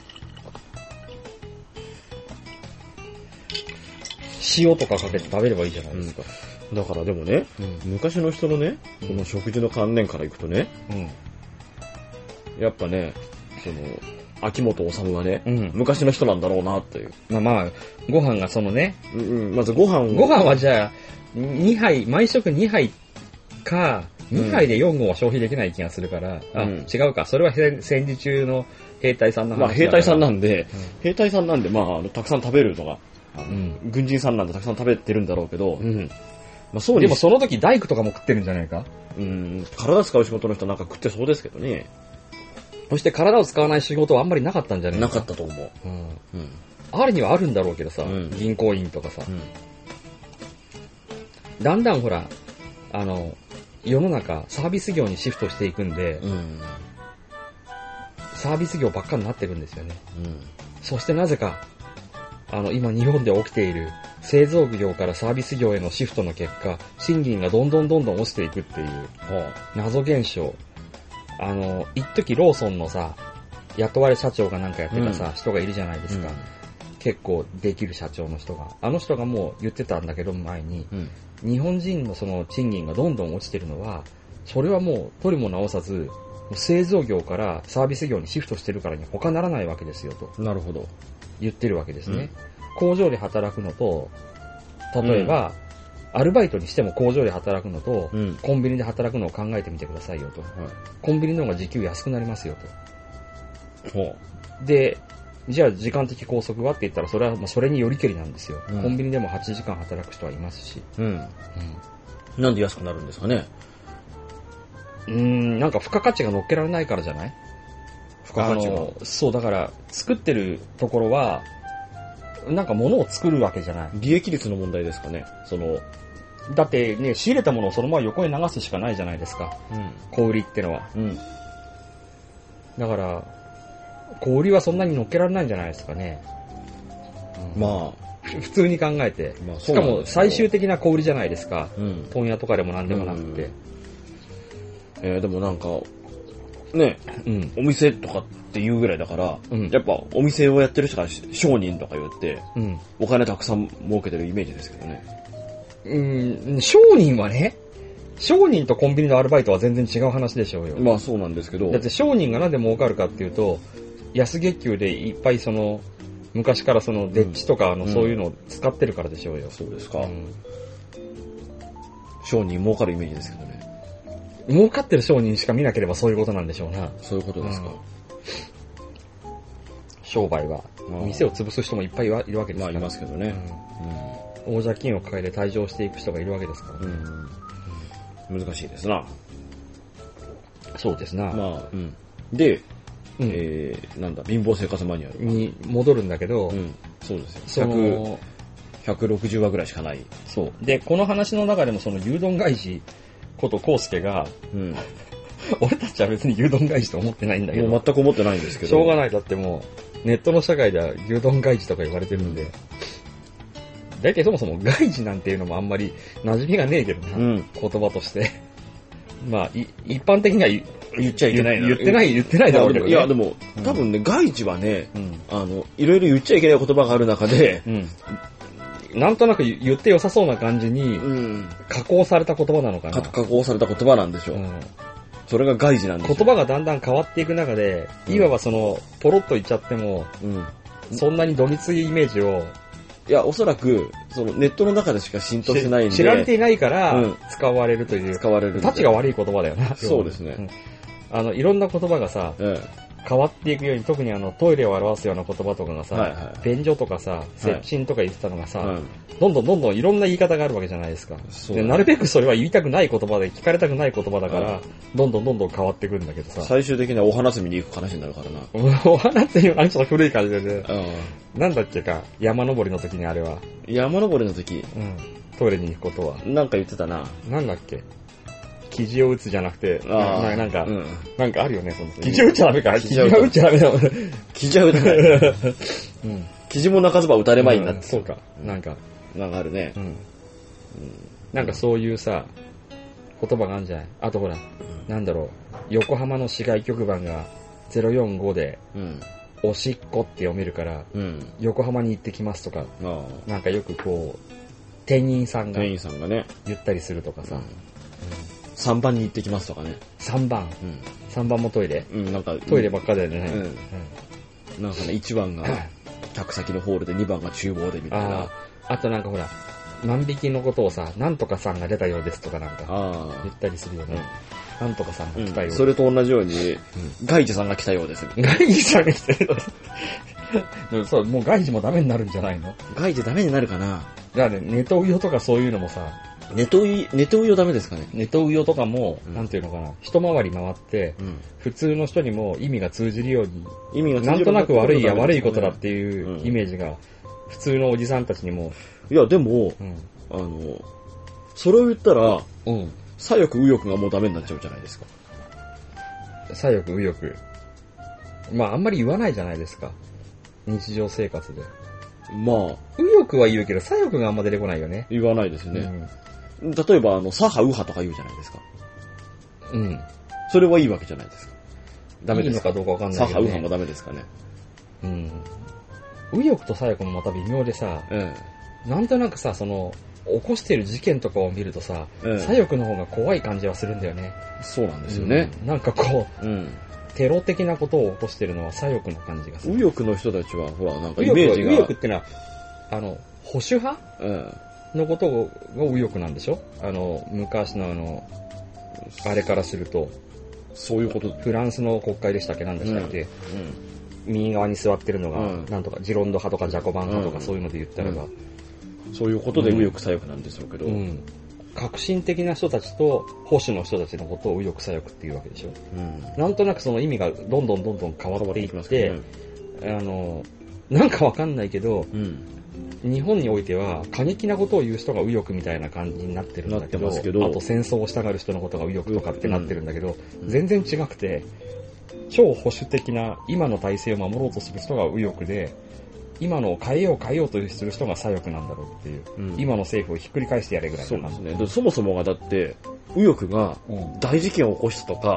塩とかかけて食べればいいじゃないですか。 だからでもね、昔の人のね、この食事の観念からいくとね、やっぱね、その、秋元治はね、昔の人なんだろうなっていう。 まあ、ご飯がそのね、 まずご飯はじゃあ、2杯、毎食2杯か、2杯で4合は消費できない気がするから、違うか、それは戦時中の兵隊さんの話だから。 まあ兵隊さんなんで、まあ、たくさん食べるのが、軍人さんなんでたくさん食べてるんだろうけど、 まあそうでもその時大工とかも食ってるんじゃないか？ 体使う仕事の人なんか食ってそうですけどね。 そして体を使わない仕事はあんまりなかったんじゃないか？ なかったと思う。 あるにはあるんだろうけどさ、銀行員とかさ。だんだんほら、世の中サービス業にシフトしていくんで、サービス業ばっかりになってるんですよね。そしてなぜか、今日本で起きている製造業からサービス業へのシフトの結果、賃金がどんどん落ちていくっていう謎現象。一時ローソンのさ、雇われ社長がなんかやってたさ、人がいるじゃないですか。結構できる社長の人が。あの人がもう言ってたんだけど前に、日本人のその賃金がどんどん落ちてるのは、それはもう取りも直さず、製造業からサービス業にシフトしてるからに他ならないわけですよと。 なるほど。 言ってるわけですね。工場で働くのと、例えば、アルバイトにしても工場で働くのと、コンビニで働くのを考えてみてくださいよと。コンビニの方が時給安くなりますよと。で、じゃあ時間的拘束はって言ったらそれはもうそれによりけりなんですよ。コンビニでも8時間働く人はいますし。 なんで安くなるんですかね？ なんか付加価値が乗っけられないからじゃない？ 付加価値が。 そう、だから作ってるところは、なんか物を作るわけじゃない。 利益率の問題ですかね。 だってね、仕入れたものをそのまま横に流すしかないじゃないですか。小売りってのは。だから、小売りはそんなに乗っけられないんじゃないですかね。 まあ、 普通に考えて。しかも最終的な小売りじゃないですか。問屋とかでも何でもなくて。 でもなんか、 ね、お店とかっていうぐらいだから、やっぱお店をやってる人が商人とか言って、お金たくさん儲けてるイメージですけどね。 商人はね、商人とコンビニのアルバイトは全然違う話でしょうよ。 まあそうなんですけど。 だって商人がなんで儲かるかっていうと、安月給でいっぱい昔からデッチとかそういうのを使ってるからでしょうよ。 そうですか。商人儲かるイメージですけどね。 儲かってる商人しか見なければそういうことなんでしょうな。 そういうことですか。 商売は。店を潰す人もいっぱいいるわけですから。 まあいますけどね。 大借金を抱えて退場していく人がいるわけですからね。 難しいですな。 そうですな。 まあ、で、なんだ、貧乏生活マニュアルに戻るんだけど、 そうですよ。160話ぐらいしかない。 そう。で、この話の中でも牛丼外事ことコウスケが、俺たちは別に牛丼外事と思ってないんだけど。 もう全く思ってないんですけど。 しょうがない。だってもう、ネットの社会では牛丼外事とか言われてるんで、だいたいそもそも外事なんていうのもあんまり馴染みがねえけどな、言葉として。まあ、一般的には言っちゃいけないな。 言ってないだろうけどね。 いや、でも、多分ね、外事はね、いろいろ言っちゃいけない言葉がある中で、 なんとなく言って良さそうな感じに、加工された言葉なのかな。 加工された言葉なんでしょう。それが外事なんですよ。 言葉がだんだん変わっていく中で、いわばポロッと言っちゃっても、そんなにどぎついイメージを、 いや、おそらく、ネットの中でしか浸透してないんで。 知られていないから、使われるという。 使われる。 たちが悪い言葉だよな。 そうですね。 いろんな言葉がさ、変わっていくように、特にトイレを表すような言葉とかがさ、便所とかさ、接近とか言ってたのがさ、どんどんいろんな言い方があるわけじゃないですか。でなるべくそれは言いたくない言葉で、聞かれたくない言葉だから、どんどん変わっていくんだけどさ。 最終的にはお花摘みに行く話になるからな。 お花摘みはちょっと古い感じでね。なんだっけか、山登りの時にあれは。 山登りの時トイレに行くことは。 なんか言ってたな。 なんだっけ。生地を打つじゃなくて、なんかあるよね、生地を打っちゃダメか。生地は打っちゃダメだもん。 生地は打たない。生地も泣かずば打たれまいになって。 そうか。なんかあるね。 なんかそういうさ、言葉があるんじゃない。あとほら、なんだろう、横浜の市街局番が045で、おしっこって読めるから、横浜に行ってきますとか、なんかよく店員さんがね、 言ったりするとかさ、 3番に行ってきますとかね。 3番。3番もトイレ。 なんかトイレばっかだよね。 なんかね、1番が客先のホールで2番が厨房でみたいな。 あとなんかほら、万引きのことをさ、なんとかさんが出たようですとかなんか言ったりするよね。なんとかさんが来たようです。 それと同じように、外事さんが来たようです。 外事さんが来たようです。そう、もう外事もダメになるんじゃないの？ 外事ダメになるかな。 だからね、ネトウヨとかそういうのもさ、 ネトウヨダメですかね。 ネトウヨとかも、なんていうのかな、一回り回って、普通の人にも意味が通じるように、なんとなく悪いことだっていうイメージが、普通のおじさんたちにも。 いや、でも、それを言ったら、左翼右翼がもうダメになっちゃうじゃないですか。 左翼右翼。まあ、あんまり言わないじゃないですか。日常生活で。 まあ。 右翼は言うけど、左翼があんま出てこないよね。 言わないですね。例えば、左派右派とか言うじゃないですか。それはいいわけじゃないですか。ダメですか。 いいのかどうかわかんないけど、ね。 左派右派もダメですかね。 右翼と左翼もまた微妙でさ、なんとなくさ、起こしてる事件とかを見るとさ、左翼の方が怖い感じはするんだよね。 そうなんですよね。 なんかテロ的なことを起こしてるのは左翼の感じがする。 右翼の人たちは、ほら、なんかイメージが。 右翼ってのは、保守派のことが右翼なんでしょ？昔のあれからすると。 そういうこと。 フランスの国会でしたっけ？何でしたっけ？右側に座ってるのが、なんとか、ジロンド派とかジャコバン派とかそういうので言ったらば。そういうことで右翼左翼なんでしょうけど。 革新的な人たちと保守の人たちのことを右翼左翼っていうわけでしょ。なんとなくその意味がどんどん変わっていって、なんかわかんないけど、日本においては過激なことを言う人が右翼みたいな感じになってるんだけど、あと戦争をしたがる人のことが右翼とかってなってるんだけど、全然違くて、超保守的な今の体制を守ろうとする人が右翼で、今のを変えようとする人が左翼なんだろうっていう、今の政府をひっくり返してやれぐらいそうですね。そもそもがだって右翼が大事件を起こしたとか、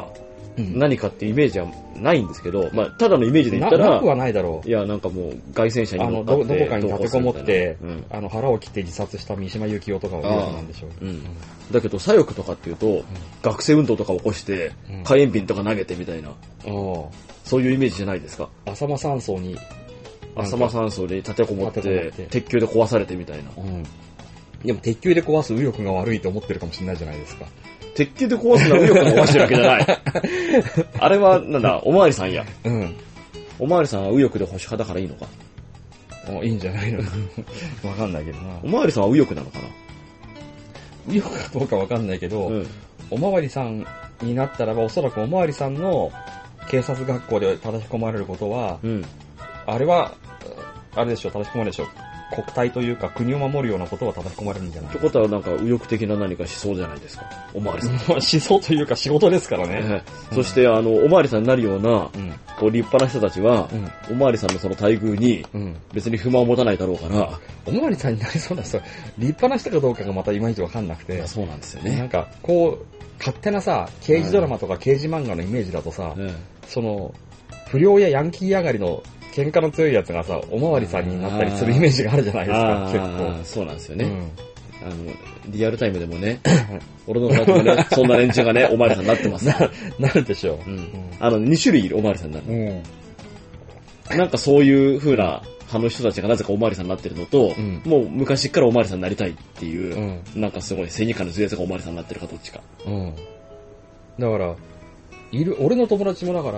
何かっていうイメージはないんですけど、まあ、ただのイメージで言ったら、 なくはないだろう。 いや、なんかもう、凱旋車に乗っかって、 どこかに立てこもって、腹を切って自殺した三島由紀夫とかは右翼なんでしょう。 だけど、左翼とかっていうと、学生運動とか起こして、火炎瓶とか投げてみたいな、そういうイメージじゃないですか。 浅間山荘に立てこもって、鉄球で壊されてみたいな。 でも鉄球で壊す右翼が悪いと思ってるかもしれないじゃないですか。 鉄球で壊すのは右翼が壊してるわけじゃない。あれは、なんだ、おまわりさんや。おまわりさんは右翼で保守派だからいいのか。 いいんじゃないのわかんないけどな。 おまわりさんは右翼なのかな。 右翼かどうかわかんないけど、おまわりさんになったらば、おそらくおまわりさんの警察学校で叩き込まれることは、あれは、あれでしょ、叩き込まれるでしょ。国体というか国を守るようなことを叩き込まれるんじゃない。 ってことはなんか右翼的な何か思想じゃないですか。おまわりさん。 思想というか仕事ですからね。 そしておまわりさんになるような、こう立派な人たちは、おまわりさんのその待遇に別に不満を持たないだろうから、 おまわりさんになりそうな人、立派な人かどうかがまたいまいちわかんなくて。 そうなんですよね。 なんかこう勝手なさ、刑事ドラマとか刑事漫画のイメージだとさ、その不良やヤンキー上がりの喧嘩の強いやつがさ、おまわりさんになったりするイメージがあるじゃないですか、結構。そうなんですよね。 リアルタイムでもね、俺の中でもね、そんな連中がね、おまわりさんになってます。 なるでしょう。 2種類いるおまわりさんになる。なんかそういう風な派の人たちがなぜかおまわりさんになってるのと、もう昔からおまわりさんになりたいっていう、なんかすごい正義感の強いやつがおまわりさんになってるかどっちか。 だから、俺の友達もだから、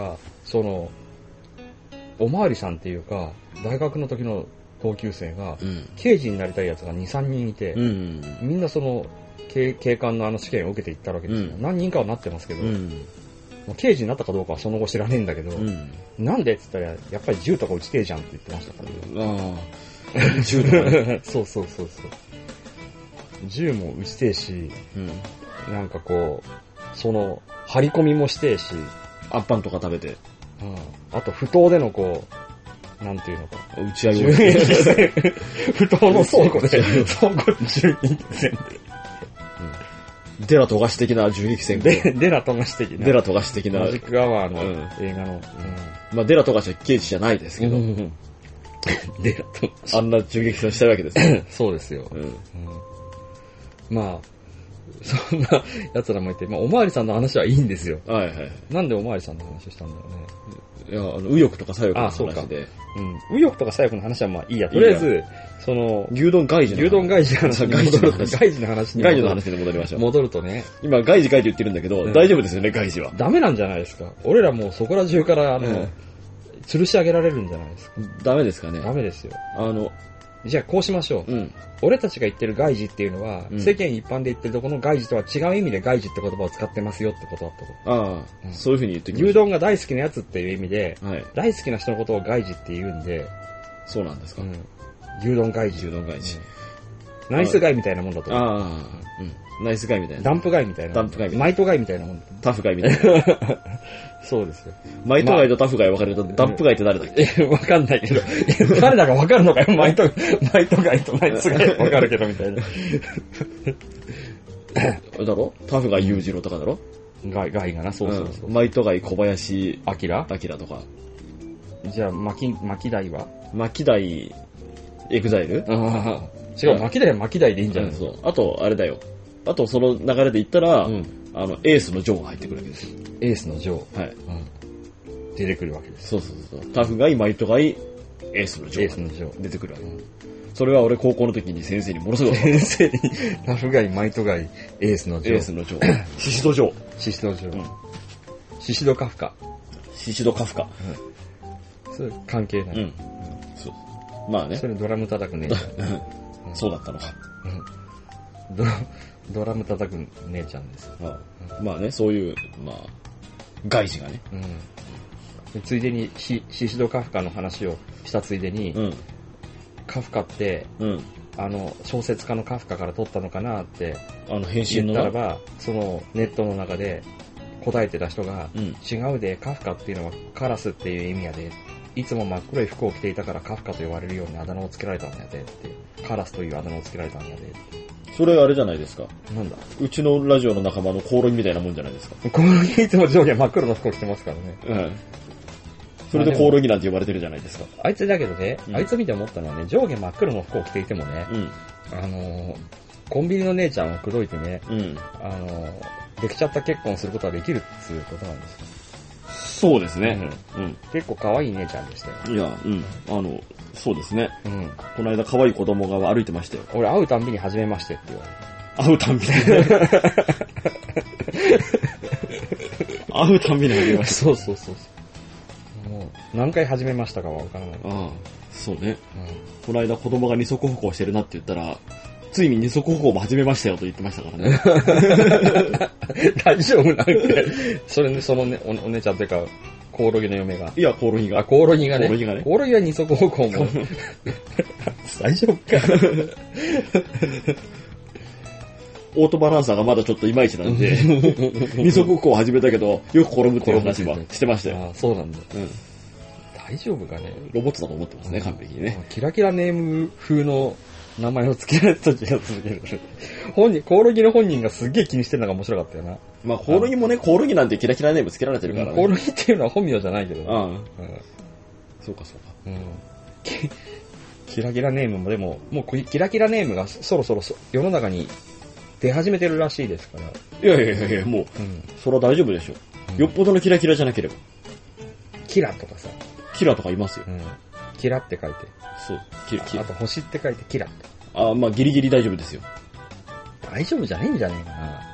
おまわりさんっていうか、大学の時の同級生が、刑事になりたいやつが2、3人いて、みんな警官の試験を受けていったわけですよ。何人かはなってますけど、刑事になったかどうかはその後知らねえんだけど、なんでって言ったら、やっぱり銃とか撃ちてえじゃんって言ってましたからね。銃とかね。そう。銃も撃ちてえし、なんかこう、張り込みもしてえし、 アンパンとか食べて、 あと、不当でのなんていうのか。 打ち合いを。 不当の倉庫で銃撃戦で。 デラ富樫的な銃撃戦。 デラ富樫的な。 デラ富樫的な。 マジックアワーの映画の。 まあ、デラ富樫は刑事じゃないですけど。 デラ富樫。 あんな銃撃戦をしたわけですよ。 そうですよ。まあ、そんな奴らもいて、まあ、おまわりさんの話はいいんですよ。なんでおまわりさんの話をしたんだろうね。 いや、右翼とか左翼の話で。 右翼とか左翼の話はまあいいや。とりあえず、 牛丼外事の話に戻ると。外事の話に戻りましょう。 戻るとね。 今、外事言ってるんだけど、大丈夫ですよね、外事は。 ダメなんじゃないですか。俺らもうそこら中から、吊るし上げられるんじゃないですか。 ダメですかね。 ダメですよ。じゃあこうしましょう。俺たちが言ってる外事っていうのは、世間一般で言ってるとこの外事とは違う意味で外事って言葉を使ってますよってことだったと。そういう風に言ってきました。 牛丼が大好きなやつっていう意味で、大好きな人のことを外事って言うんで。 そうなんですか。 牛丼外事。ナイスガイみたいなもんだと思う。 ナイスガイみたいな。 ダンプガイみたいな。マイトガイみたいなもん。 タフガイみたいな。 そうですよ。 マイトガイとタフガイ分かれると、ダンプガイって誰だっけ？ わかんないけど。誰だか分かるのかよ。マイトガイとナイスガイ分かるけどみたいな。 だろ？タフガイ裕次郎とかだろ？ ガイがな、そう。 マイトガイ小林明とか。 じゃあ、巻大は？ 巻大、エグザイル？ 違う、巻大でいいんじゃない？ そう。あと、あれだよ。あと、その流れで言ったら、エースのジョーが入ってくるわけですよ。 エースのジョー。はい。出てくるわけです。 そう。タフガイ、マイトガイ、エースのジョー。出てくるわけ。それは俺高校の時に先生にものすごく先生に、タフガイ、マイトガイ、エースのジョー。 シシドジョー。 シシドカフカ。それ関係ない。 そう。まあね。 それドラム叩く姉ちゃん。 そうだったのか。 ドラム叩く姉ちゃんです。 まあね、そういう、まあ、外事がね。 ついでにシシドカフカの話をしたついでに、カフカって、小説家のカフカから取ったのかなって言ったらば、そのネットの中で答えてた人が、違うで、カフカっていうのはカラスっていう意味やで、いつも真っ黒い服を着ていたからカフカと呼ばれるようにあだ名をつけられたんやでって、カラスというあだ名をつけられたんやでって。 それあれじゃないですか。 なんだ、 うちのラジオの仲間のコオロギみたいなもんじゃないですか。 コオロギいつも上下真っ黒の服を着てますからね。 それでコオロギなんて呼ばれてるじゃないですか。 あいつだけどね、あいつ見て思ったのはね、上下真っ黒の服を着ていてもね、コンビニの姉ちゃんを口説いてね、できちゃった結婚することができるっていうことなんですよ。 そうですね。 結構可愛い姉ちゃんでしたよ。 いや、そうですね。この間可愛い子供が歩いてましたよ。 俺会うたんびに初めましてって言われて。 会うたんびに会うたんびに初めまして。 そうそうそう。もう何回始めましたかはわからない。 ああ、そうね。この間子供が二足歩行してるなって言ったら、ついに二足歩行も始めましたよと言ってましたからね。 大丈夫なんかそれね、そのね、お姉ちゃんというか、コオロギの嫁が。 いや、コオロギが。 あ、コオロギがね。 コオロギがね。 コオロギは二足歩行も。大丈夫か。 オートバランサーがまだちょっといまいちなんで、二足歩行を始めたけど、よく転ぶっていう話はしてましたよ。 あ、そうなんだ。大丈夫かね。 ロボットだと思ってますね、完璧にね。 キラキラネーム風の名前を付けられた気がするけど、コオロギの本人がすっげえ気にしてるのが面白かったよな。 まあ、コオロギもね、コオロギなんてキラキラネーム付けられてるからね。 コオロギっていうのは本名じゃないけどね。 そうかそうか。 キラキラネームもでも、もうキラキラネームがそろそろ世の中に出始めてるらしいですから。 いや、もう、それは大丈夫でしょ。よっぽどのキラキラじゃなければ。 キラとかさ。 キラとかいますよ。 キラって書いて。 そう、 あと星って書いてキラ。 あ、まあギリギリ大丈夫ですよ。 大丈夫じゃねえんじゃねえか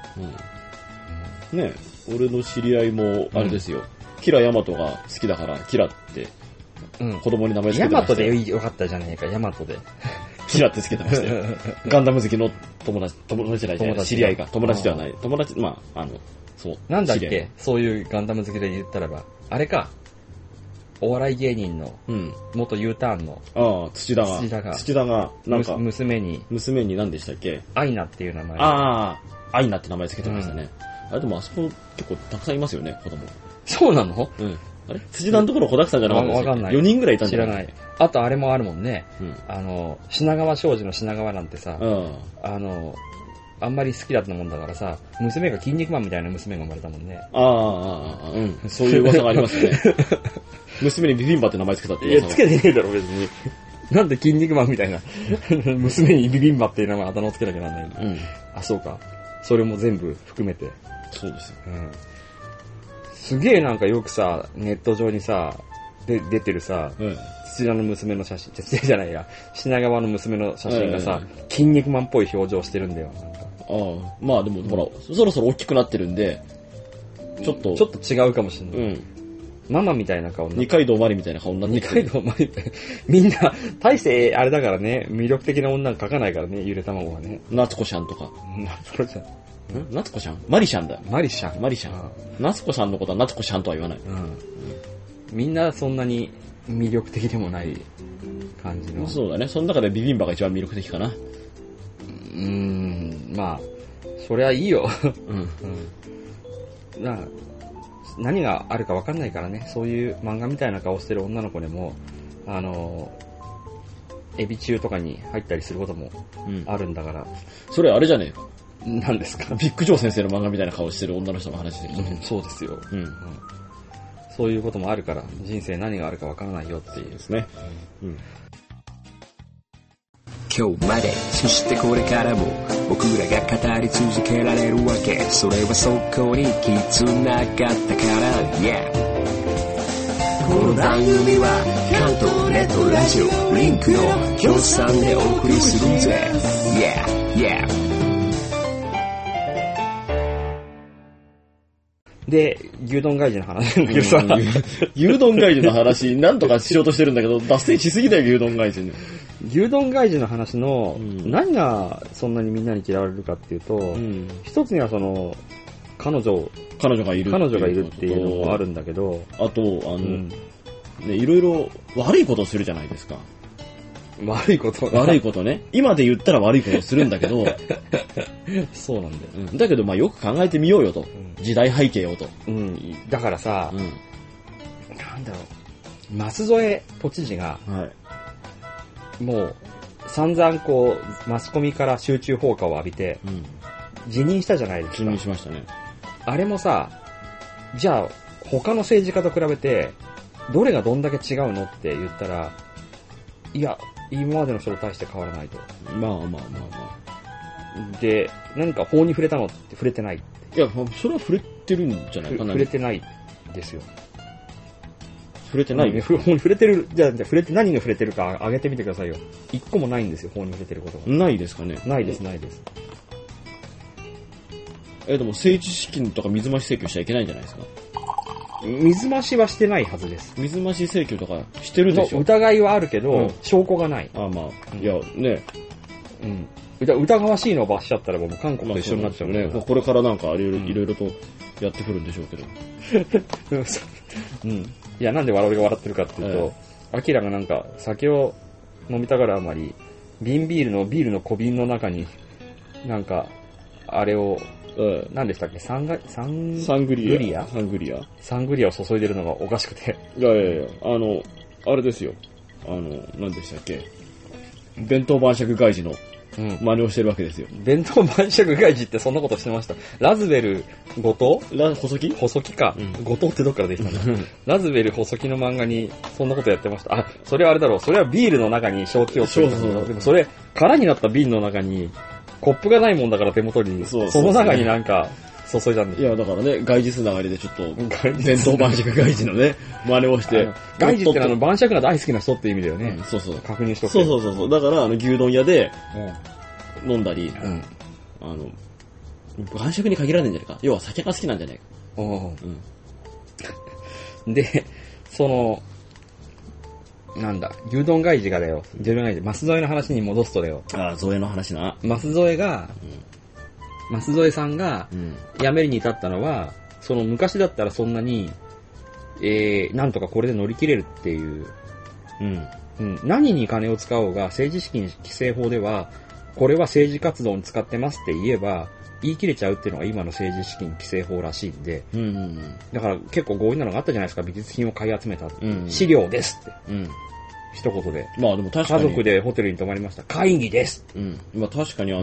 な。ねえ、俺の知り合いも、あれですよ。キラヤマトが好きだから、キラって、子供に名前つけてました。 ヤマトでよかったじゃねえか、ヤマトで。 キラってつけてましたよ。ガンダム好きの友達じゃない、知り合いが。友達ではない。友達、まあ、そう。 なんだっけ、そういうガンダム好きで言ったらば。あれか。お笑い芸人の、元 U ターンの、 土田が、なんか、娘に何でしたっけ？ アイナっていう名前。 アイナって名前つけてましたね。あれでもあそこ結構たくさんいますよね、子供。 そうなの？ あれ土田のところ子だくさんじゃなかったですか？わかんない。4人ぐらいいたんじゃない？知らない。 あとあれもあるもんね。品川庄司の品川なんてさ、あんまり好きだったもんだからさ、娘が筋肉マンみたいな娘が生まれたもんね。 そういう噂がありますね。娘にビビンバって名前つけたって噂。いや、つけてねえだろ、別に。なんで筋肉マンみたいな。娘にビビンバっていう名前あだ名をつけなきゃなんないんだ。あ、そうか。それも全部含めて。 そうですよ。 すげえなんかよくさ、ネット上にさ、出てるさ、土田の娘の写真、土田じゃないや、品川の娘の写真がさ、筋肉マンっぽい表情してるんだよ、なんか。 まあでも、ほら、そろそろ大きくなってるんで、ちょっと違うかもしれない。ママみたいな顔になって。 二階堂マリみたいな顔になって二階堂マリみんな、大してあれだからね、魅力的な女描かないからね、ゆで卵はね。 夏子ちゃんとか。 夏子ちゃん。 夏子ちゃん？マリシャンだ。 マリシャン。 夏子さんのことは夏子ちゃんとは言わない。 みんなそんなに魅力的でもない感じの。 そうだね。その中でビビンバが一番魅力的かな。 まあ、そりゃいいよ。何があるか分かんないからね、そういう漫画みたいな顔してる女の子でも、エビ中とかに入ったりすることもあるんだから。 それあれじゃねえか。 何ですか？ ビッグジョー先生の漫画みたいな顔してる女の人の話で。 そうですよ。そういうこともあるから、人生何があるか分からないよっていうですね。 今日まで、そしてこれからも僕らが語り続けられるわけ。それはそこに絆があったから、yeah。 この番組は関東ネットラジオリンクの協賛でお送りするぜ、 yeah。 で、牛丼外人の話なんだけどさ、 牛丼外人の話、なんとかしようとしてるんだけど、脱線しすぎだよ、牛丼外人。 牛丼外人の話の、何がそんなにみんなに嫌われるかっていうと、一つにはその、彼女がいるっていうのもあるんだけど、 あと、いろいろ悪いことをするじゃないですか。 悪いことね。今で言ったら悪いことをするんだけど、 そうなんだよ。 だけど、まあよく考えてみようよと。時代背景をと。 だからさ、なんだろう、舛添都知事が、もう、 散々こう、マスコミから集中砲火を浴びて、辞任したじゃないですか。 辞任しましたね。 あれもさ、じゃあ、他の政治家と比べて、どれがどんだけ違うのって言ったら、いや、今までの人と対して変わらないと。 まあ。 で、何か法に触れたのって触れてない。 いや、それは触れてるんじゃないかな。 触れてないですよ。 触れてない、 法に触れてる、じゃあ触れて、何に触れてるか挙げてみてくださいよ。一個もないんですよ、法に触れてることが。 ないですかね。 ないです。 でも政治資金とか水増し請求しちゃいけないんじゃないですか。 水増しはしてないはずです。 水増し請求とかしてるでしょ。 疑いはあるけど、証拠がない。 いや、ね。 疑わしいのを罰しちゃったらもう韓国と一緒になっちゃうね。 これからなんかいろいろとやってくるんでしょうけど。 いや、なんで俺が笑ってるかっていうと、アキラがなんか酒を飲みたがるあまり、ビールの小瓶の中に、なんか、あれを、何でしたっけサングリアを注いでるのがおかしくて。 いや、あれですよ。何でしたっけ弁当晩酌外事の真似をしてるわけですよ。 弁当晩酌外事ってそんなことしてました。ラズベル後藤細木か。後藤ってどっからできたんだ。ラズベル細木の漫画にそんなことやってました。それはあれだろう。それはビールの中に焼酎を注いでる。でもそれ、空になった瓶の中に、コップがないもんだから手元に、その中になんか注いだんです。 いや、だからね、外事つながりでちょっと、弁当晩酌外事のね、真似をして。 外事って晩酌が大好きな人って意味だよね。確認しとく。 そう。だから、牛丼屋で、飲んだり、晩酌に限らないんじゃないか。要は酒が好きなんじゃないか。 で、なんだ、牛丼外事がだよ。牛丼外事。舛添の話に戻すとだよ。 添えの話な。 舛添さんが、辞めるに至ったのは、昔だったらそんなに、なんとかこれで乗り切れるっていう、何に金を使おうが政治資金規正法では、これは政治活動に使ってますって言えば、言い切れちゃうっていうのが今の政治資金規正法らしいんで、だから結構強引なのがあったじゃないですか、美術品を買い集めた。資料ですって。一言で。 まあでも確かに。 家族でホテルに泊まりました。会議です。 まあ確かに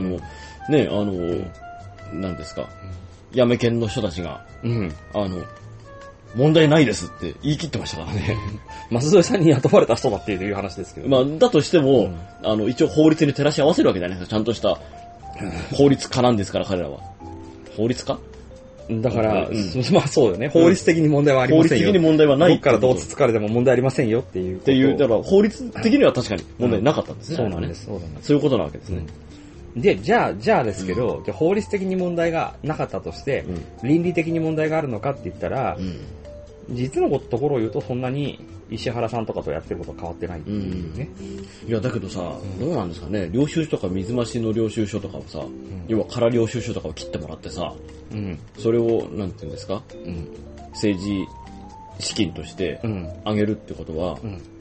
何ですか。やめ県の人たちが、問題ないですって言い切ってましたからね。 舛添さんに雇われた人だっていう話ですけど。 まあ、だとしても、一応法律に照らし合わせるわけじゃないですか。ちゃんとした法律家なんですから、彼らは。法律家だから、まあそうよね。法律的に問題はありませんよ。 法律的に問題はない。 どっからどうつつかれても問題ありませんよっていう。 っていう、だから法律的には確かに問題なかったんですね。 そうなんです。 そういうことなわけですね。 で、じゃあですけど、法律的に問題がなかったとして、倫理的に問題があるのかって言ったら、実のところを言うとそんなに石原さんとかとやってることは変わってないっていうね。 いや、だけどさ、どうなんですかね、領収書とか水増しの領収書とかをさ、要は空領収書とかを切ってもらってさ、それを、なんていうんですか、政治資金としてあげるってことは、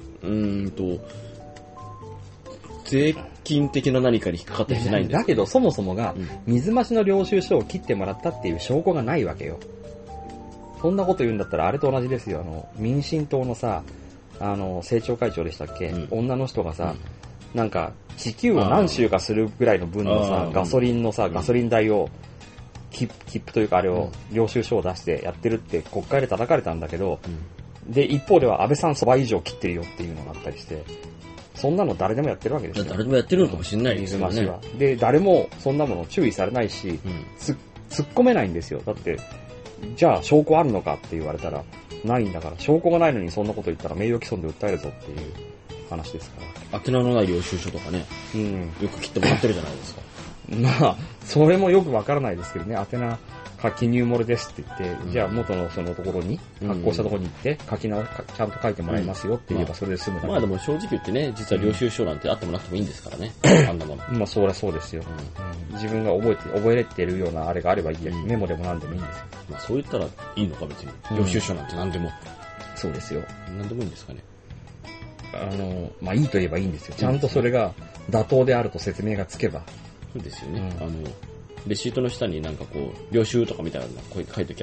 税金的な何かに引っかかったりしないんですか。 だけどそもそもが、水増しの領収書を切ってもらったっていう証拠がないわけよ。そんなこと言うんだったらあれと同じですよ。民進党のさ、政調会長でしたっけ、女の人がさ、なんか時給を何週かするぐらいの分のさ、ガソリン代を切符というかあれを領収書を出してやってるって国会で叩かれたんだけど、で一方では安倍さんそば以上切ってるよっていうのがあったりして、そんなの誰でもやってるわけですよ。 誰でもやってるのかもしれないですよね。 水増しは。で誰もそんなもの注意されないし、突っ込めないんですよ。だってじゃあ証拠あるのかって言われたらないんだから、証拠がないのにそんなこと言ったら名誉毀損で訴えるぞっていう話ですから。 宛名のない領収書とかね、よく切ってもらってるじゃないですか。 まあそれもよくわからないですけどね。宛名記入漏れですって言って、じゃあ元のそのところに発行したところに行ってちゃんと書いてもらいますよって言えばそれで済むだけ。 まあでも正直言ってね、実は領収書なんてあってもなくてもいいんですからね。あんなもの。 まあそりゃそうですよ。自分が覚えれてるようなあれがあればいいや。メモでも何でもいいんですよ。 まあそう言ったらいいのか別に。領収書なんて何でも。 そうですよ。 何でもいいんですかね。 まあいいと言えばいいんですよ。ちゃんとそれが妥当であると説明がつけば。 そうですよね。レシートの下になんかこう、領収とかみたいなの書いときゃ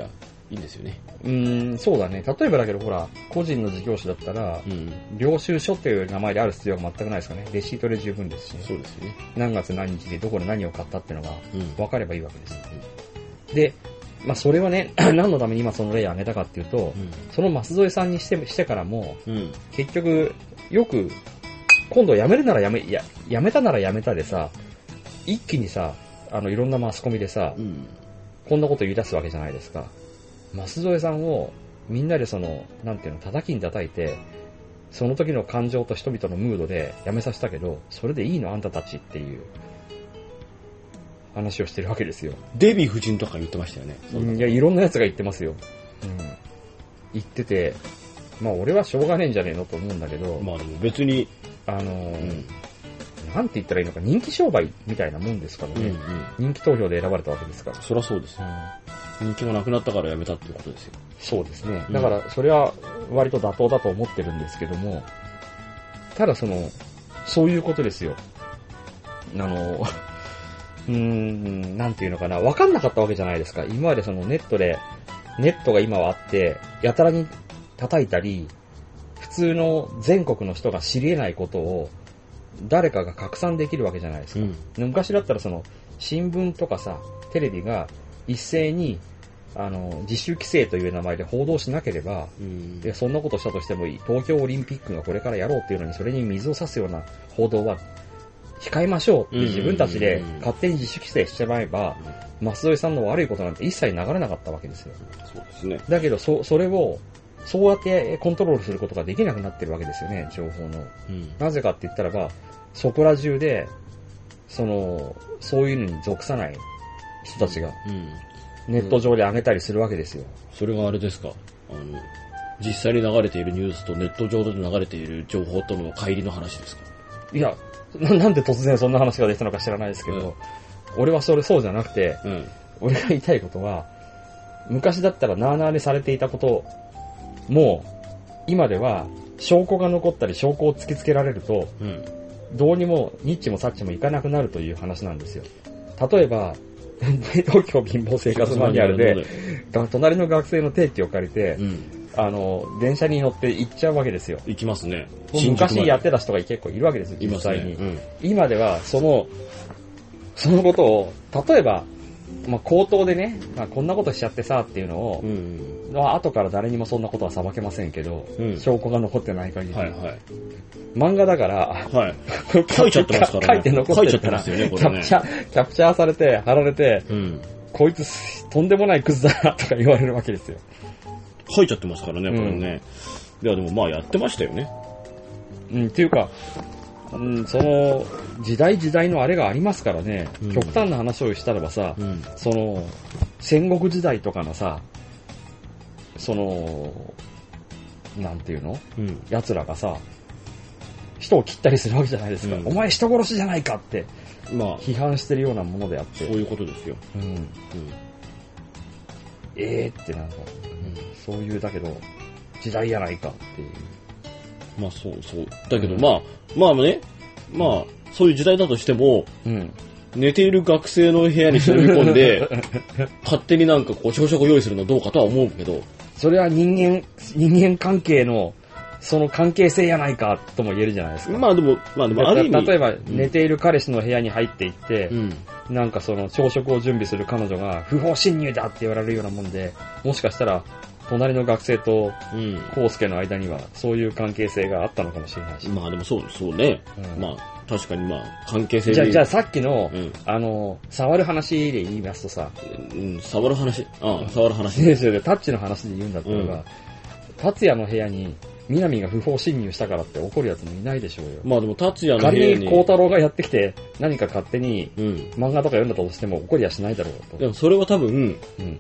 いいんですよね。 そうだね。例えばだけどほら、個人の事業者だったら、領収書っていう名前である必要が全くないですかね。レシートで十分ですしね。 そうですね。 何月何日でどこで何を買ったっていうのが分かればいいわけです。で、まあそれはね、何のために今その例を挙げたかっていうと、その舛添さんにしてからも、結局、よく、今度辞めるなら辞めたなら辞めたでさ、一気にさ、いろんなマスコミでさ、こんなこと言い出すわけじゃないですか。舛添さんをみんなでなんていうの、叩きに叩いて、その時の感情と人々のムードで辞めさせたけど、それでいいのあんたたちっていう話をしてるわけですよ。 デヴィ夫人とか言ってましたよね。 いや、いろんな奴が言ってますよ。言ってて、まあ俺はしょうがねえんじゃねえのと思うんだけど、 まあでも別に、 なんて言ったらいいのか、人気商売みたいなもんですからね。人気投票で選ばれたわけですから。 そりゃそうですよ。人気がなくなったから辞めたっていうことですよ。 そうですね。だから、それは割と妥当だと思ってるんですけども、ただそういうことですよ。なんていうのかな、わかんなかったわけじゃないですか。今までネットが今はあって、やたらに叩いたり、普通の全国の人が知り得ないことを、誰かが拡散できるわけじゃないですか。昔だったら新聞とかさ、テレビが一斉に、自主規制という名前で報道しなければ、いやそんなことしたとしてもいい。東京オリンピックがこれからやろうっていうのに、それに水を差すような報道は控えましょうって自分たちで勝手に自主規制してしまえば、舛添さんの悪いことなんて一切流れなかったわけですよ。 そうですね。 だけど、それを、そうやってコントロールすることができなくなってるわけですよね、情報の。なぜかって言ったらば、そこら中で、そういうのに属さない人たちが、ネット上で上げたりするわけですよ。 それがあれですか、実際に流れているニュースとネット上で流れている情報との乖離の話ですか？ いや、なんで突然そんな話ができたのか知らないですけど、俺はそうじゃなくて、俺が言いたいことは、昔だったらなーなーにされていたことも、今では証拠が残ったり証拠を突きつけられると、どうにもニッチもサッチもいかなくなるという話なんですよ。例えば、東京貧乏生活マニュアルで、隣の学生の定期を借りて、電車に乗って行っちゃうわけですよ。 行きますね。 昔やってた人が結構いるわけですよ、実際に。今では、そのことを、例えば、口頭でね、こんなことしちゃってさっていうのを、後から誰にもそんなことは裁けませんけど、証拠が残ってない限り。漫画だから、 書いちゃってますからね。 書いて残ってるから、キャプチャーされて、貼られて、こいつとんでもないクズだなとか言われるわけですよ。 書いちゃってますからね、これね。いや、でもやってましたよね。 っていうか、時代のあれがありますからね、極端な話をしたらばさ、戦国時代とかのさ、なんていうの、奴らがさ、人を切ったりするわけじゃないですか。お前人殺しじゃないかって、批判してるようなものであって。 そういうことですよ。 ってなんか、そういうだけど、時代やないかっていう。 そう。だけどね、そういう時代だとしても、寝ている学生の部屋に忍び込んで、勝手に朝食を用意するのはどうかとは思うけど。 それは人間関係の、その関係性やないかとも言えるじゃないですか。 でもある意味。 例えば、寝ている彼氏の部屋に入っていって、朝食を準備する彼女が不法侵入だって言われるようなもんで、もしかしたら、隣の学生と、コウスケの間には、そういう関係性があったのかもしれないし。 でもそうね。確かに関係性で。じゃあさっきの、触る話で言いますとさ、 触る話ですよね。タッチの話で言うんだったらば、達也の部屋に、南が不法侵入したからって怒るやつもいないでしょうよ。 でも達也の部屋に。 仮に孝太郎がやってきて、何か勝手に、漫画とか読んだとしても怒りはしないだろうと。 でもそれは多分、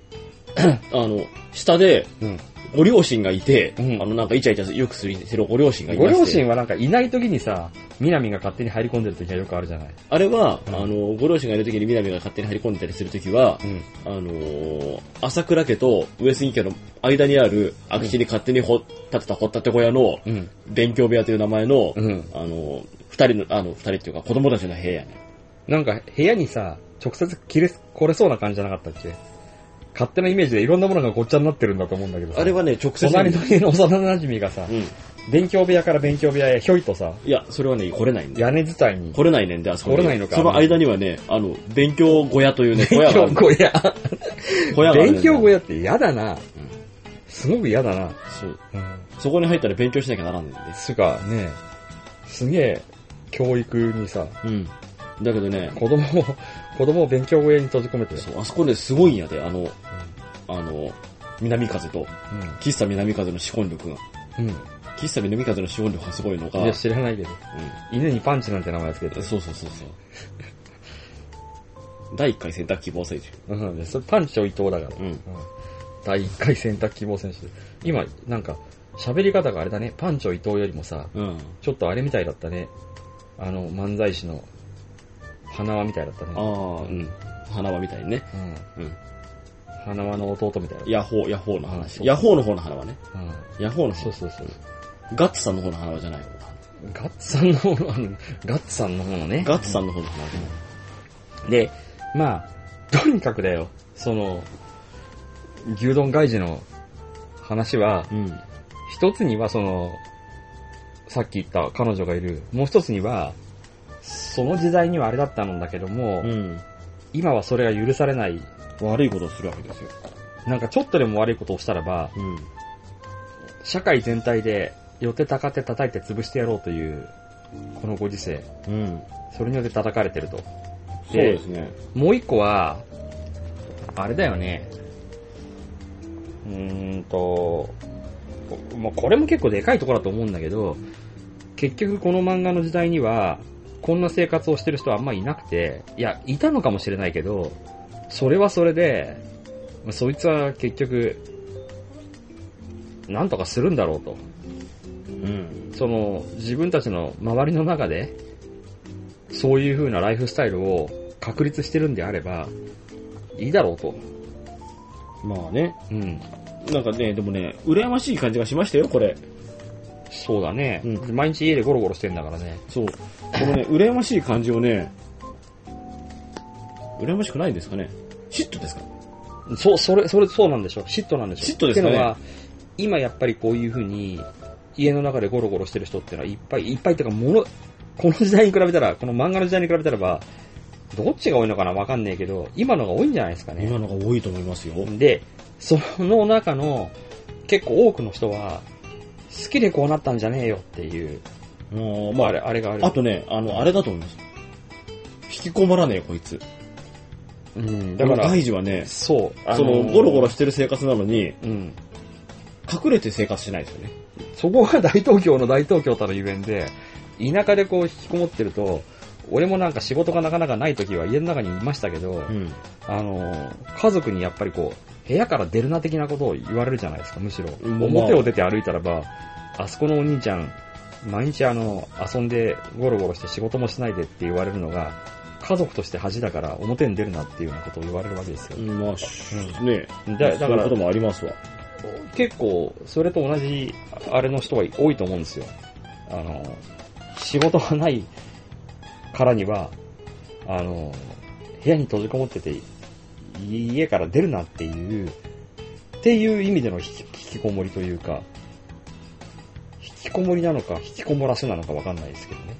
下で、ご両親がいて、イチャイチャよくするご両親がいまして。 ご両親はいない時にさ、南が勝手に入り込んでる時はよくあるじゃない。 あれは、ご両親がいる時に南が勝手に入り込んでたりする時は、朝倉家と上杉家の間にある空き地に勝手に建てた掘ったて小屋の、勉強部屋という名前の、二人っていうか子供たちの部屋ね。 部屋にさ、直接来れそうな感じじゃなかったっけ？ 勝手なイメージでいろんなものがごっちゃになってるんだと思うんだけどさ。 あれはね、直接。 隣の家の幼馴染がさ、勉強部屋から勉強部屋へひょいとさ。 いや、それはね、来れないんだ。 屋根伝いに。 来れないねんで、あそこ。 来れないのか。 その間にはね、勉強小屋というね、小屋がある。 勉強小屋。 小屋がある。 勉強小屋って嫌だな。すごく嫌だな。 そう。そこに入ったら勉強しなきゃならんねんで。 つかね、すげえ、教育にさ。 だけどね、 子供を勉強小屋に閉じ込めて。 そう、あそこですごいんやで、南風と、喫茶南風の資本力が。喫茶南風の資本力がすごいのが。 いや、知らないけど。犬にパンチなんて名前つけて。 そう。第1回選択希望選手。 それパンチを伊藤だから。第1回選択希望選手。今、なんか、喋り方があれだね。パンチョ伊藤よりもさ、ちょっとあれみたいだったね。漫才師の花輪みたいだったね。 花輪みたいにね。 花輪の弟みたいな。 ヤホーの話。ヤホーの方の花輪ね。ヤホーの方。 そう。 ガッツさんの方の花輪じゃない方。 ガッツさんの方のね。 ガッツさんの方の花輪じゃない。 で、まあ、とにかくだよ。牛丼外事の話は、一つにはさっき言った彼女がいる。もう一つには、その時代にはあれだったんだけども、今はそれが許されない。 悪いことをするわけですよ。 なんかちょっとでも悪いことをしたらば、社会全体で寄ってたかって叩いて潰してやろうという、このご時世。それによって叩かれてると。 そうですね。 もう一個は、あれだよね。もうこれも結構でかいところだと思うんだけど、結局この漫画の時代には、こんな生活をしてる人はあんまいなくて、いや、いたのかもしれないけど、それはそれで、そいつは結局、なんとかするんだろうと。自分たちの周りの中で、そういう風なライフスタイルを確立してるんであれば、いいだろうと。 まあね。なんかね、でもね、羨ましい感じがしましたよ、これ。 そうだね。毎日家でゴロゴロしてんだからね。 そう。このね、羨ましい感じをね、羨ましくないんですかね。嫉妬ですか？ そうなんでしょ。嫉妬なんでしょ。 嫉妬ですかね。ってのは、 今やっぱりこういう風に、家の中でゴロゴロしてる人ってのはいっぱいっていうか、この時代に比べたら、この漫画の時代に比べたらば、どっちが多いのかなわかんねえけど、今のが多いんじゃないですかね。 今のが多いと思いますよ。 で、その中の結構多くの人は、好きでこうなったんじゃねえよっていう。 まあ、 あれがある。 あとね、あれだと思います。引きこもらねえ、こいつ。だから、大事はね、 そう。 ゴロゴロしてる生活なのに、隠れて生活しないですよね。 そこが大東京の大東京たるゆえんで、田舎でこう引きこもってると、俺もなんか仕事がなかなかない時は家の中にいましたけど、家族にやっぱりこう、部屋から出るな的なことを言われるじゃないですか、むしろ。表を出て歩いたらば、あそこのお兄ちゃん、毎日遊んでゴロゴロして仕事もしないでって言われるのが、家族として恥だから表に出るなっていうようなことを言われるわけですよ。 まあ、ね。だから、そういうこともありますわ。 結構、それと同じ、あれの人が多いと思うんですよ。仕事がないからには、部屋に閉じこもってて、家から出るなっていう意味での引きこもりというか、引きこもりなのか、引きこもらせなのかわかんないですけどね。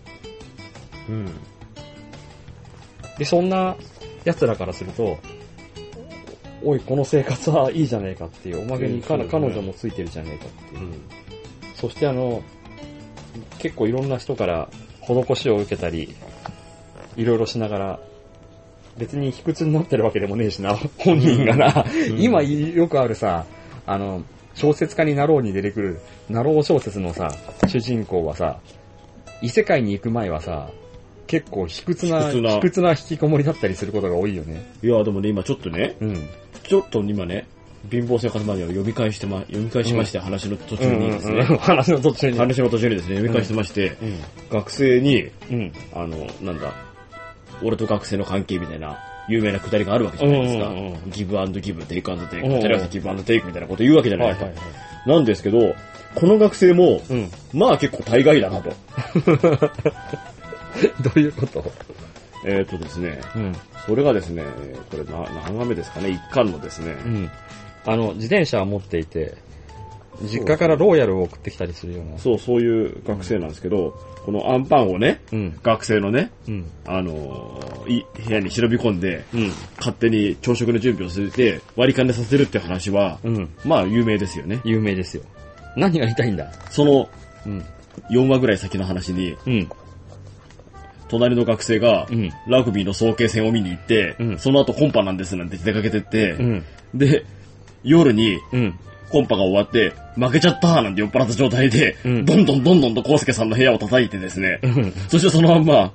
で、そんな奴らからすると、おい、この生活はいいじゃねえかっていう、おまけに彼女もついてるじゃねえかっていう。そして結構いろんな人から施しを受けたり、いろいろしながら、別に卑屈になってるわけでもねえしな、本人がな。今よくあるさ、小説家になろうに出てくる、なろう小説のさ、主人公はさ、異世界に行く前はさ、結構卑屈な引きこもりだったりすることが多いよね。 いや、でもね、今ちょっとね、ちょっと今ね、貧乏生活までを読み返しまして、話の途中にですね。 話の途中にですね、読み返してまして、学生に、なんだ、俺と学生の関係みたいな、有名なくだりがあるわけじゃないですか。ギブアンドギブ、テイクアンドテイク、テレビギブアンドテイクみたいなこと言うわけじゃないですか。なんですけど、この学生も、まあ結構大概だなと。 どういうこと？ ですね、それがですね、これ何話目ですかね、1巻のですね。 自転車を持っていて、実家からローヤルを送ってきたりするような。 そういう学生なんですけど、このアンパンをね、学生のね、部屋に忍び込んで、勝手に朝食の準備をして、割り勘でさせるって話は、まあ有名ですよね。 有名ですよ。何が言いたいんだ？ その、4話ぐらい先の話に、隣の学生が、ラグビーの早慶戦を見に行って、その後コンパなんですなんて出かけてって、で、夜に、コンパが終わって、負けちゃったーなんて酔っ払った状態で、どんどんとコウスケさんの部屋を叩いてですね、そしてそのまんま、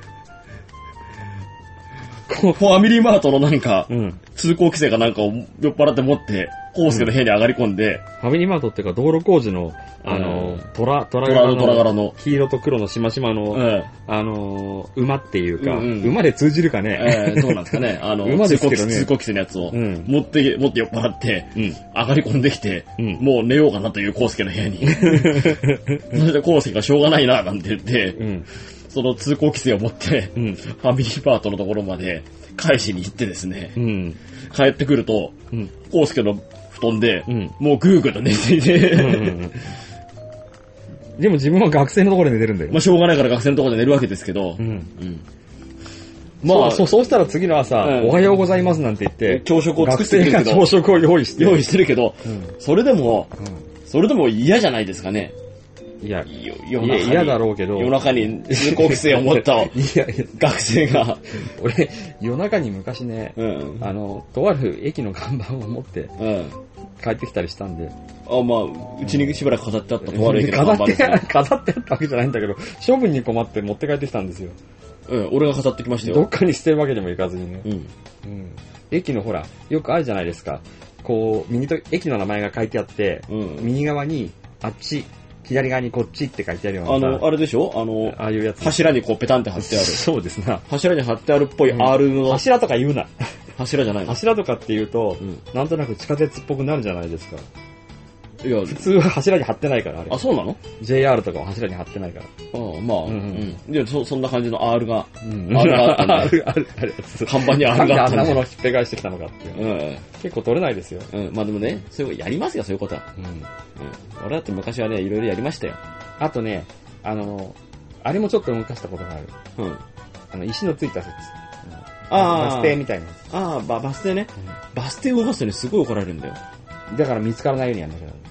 ファミリーマートのなんか、通行規制かなんかを酔っ払って持って、コウスケの部屋に上がり込んで、 ファミリーマートっていうか道路工事の、虎柄の、黄色と黒のしましまの、馬っていうか、馬で通じるかね。 どうなんですかね。 馬ですけどね。 通行規制のやつを、持って酔っ払って、上がり込んできて、もう寝ようかなというコウスケの部屋に。それでコウスケがしょうがないな、なんて言って、その通行規制を持って、ファミリーパートのところまで返しに行ってですね、帰ってくると、コウスケの布団で、もうぐーぐーと寝ていて、 でも自分は学生のところで寝てるんだよ。 まあしょうがないから学生のところで寝るわけですけど、 まあそうしたら次の朝、おはようございますなんて言って、 朝食を作ってるけど、 学生が朝食を用意してるけど、それでも嫌じゃないですかね。 いや、嫌だろうけど。 夜中に通行規制を持った学生が。 俺、夜中に昔ね、とある駅の看板を持って、帰ってきたりしたんで。 まあ、うちにしばらく飾ってあったとある駅の看板ですね。 飾ってあったわけじゃないんだけど、処分に困って持って帰ってきたんですよ。 俺が飾ってきましたよ。 どっかに捨てるわけにもいかずにね。駅のほら、よくあるじゃないですか。こう、駅の名前が書いてあって、右側に、あっち、左側にこっちって書いてあるような。 あれでしょああいうやつ。 柱にこうペタンって貼ってある。 そうですな。 柱に貼ってあるっぽい R の。 柱とか言うな。 柱じゃないの？ 柱とかって言うと、なんとなく地下鉄っぽくなるじゃないですか。 いや、 普通は柱に貼ってないから、あれ。 あ、そうなの？ JR とかは柱に貼ってないから。 まあ、いや、そんな感じの R が、R があったんだ。 ある看板に R があったんだ。 あんなものをひっぺ返してきたのかっていう。結構取れないですよ。 まあでもね、そういうことやりますよ、そういうことは。俺だって昔はね、いろいろやりましたよ。 あとね、あれもちょっと動かしたことがある。石のついた説。バス停みたいなやつ。 バス停ね。バス停動かすとね、すごい怒られるんだよ。 だから見つからないようにやるんだけど。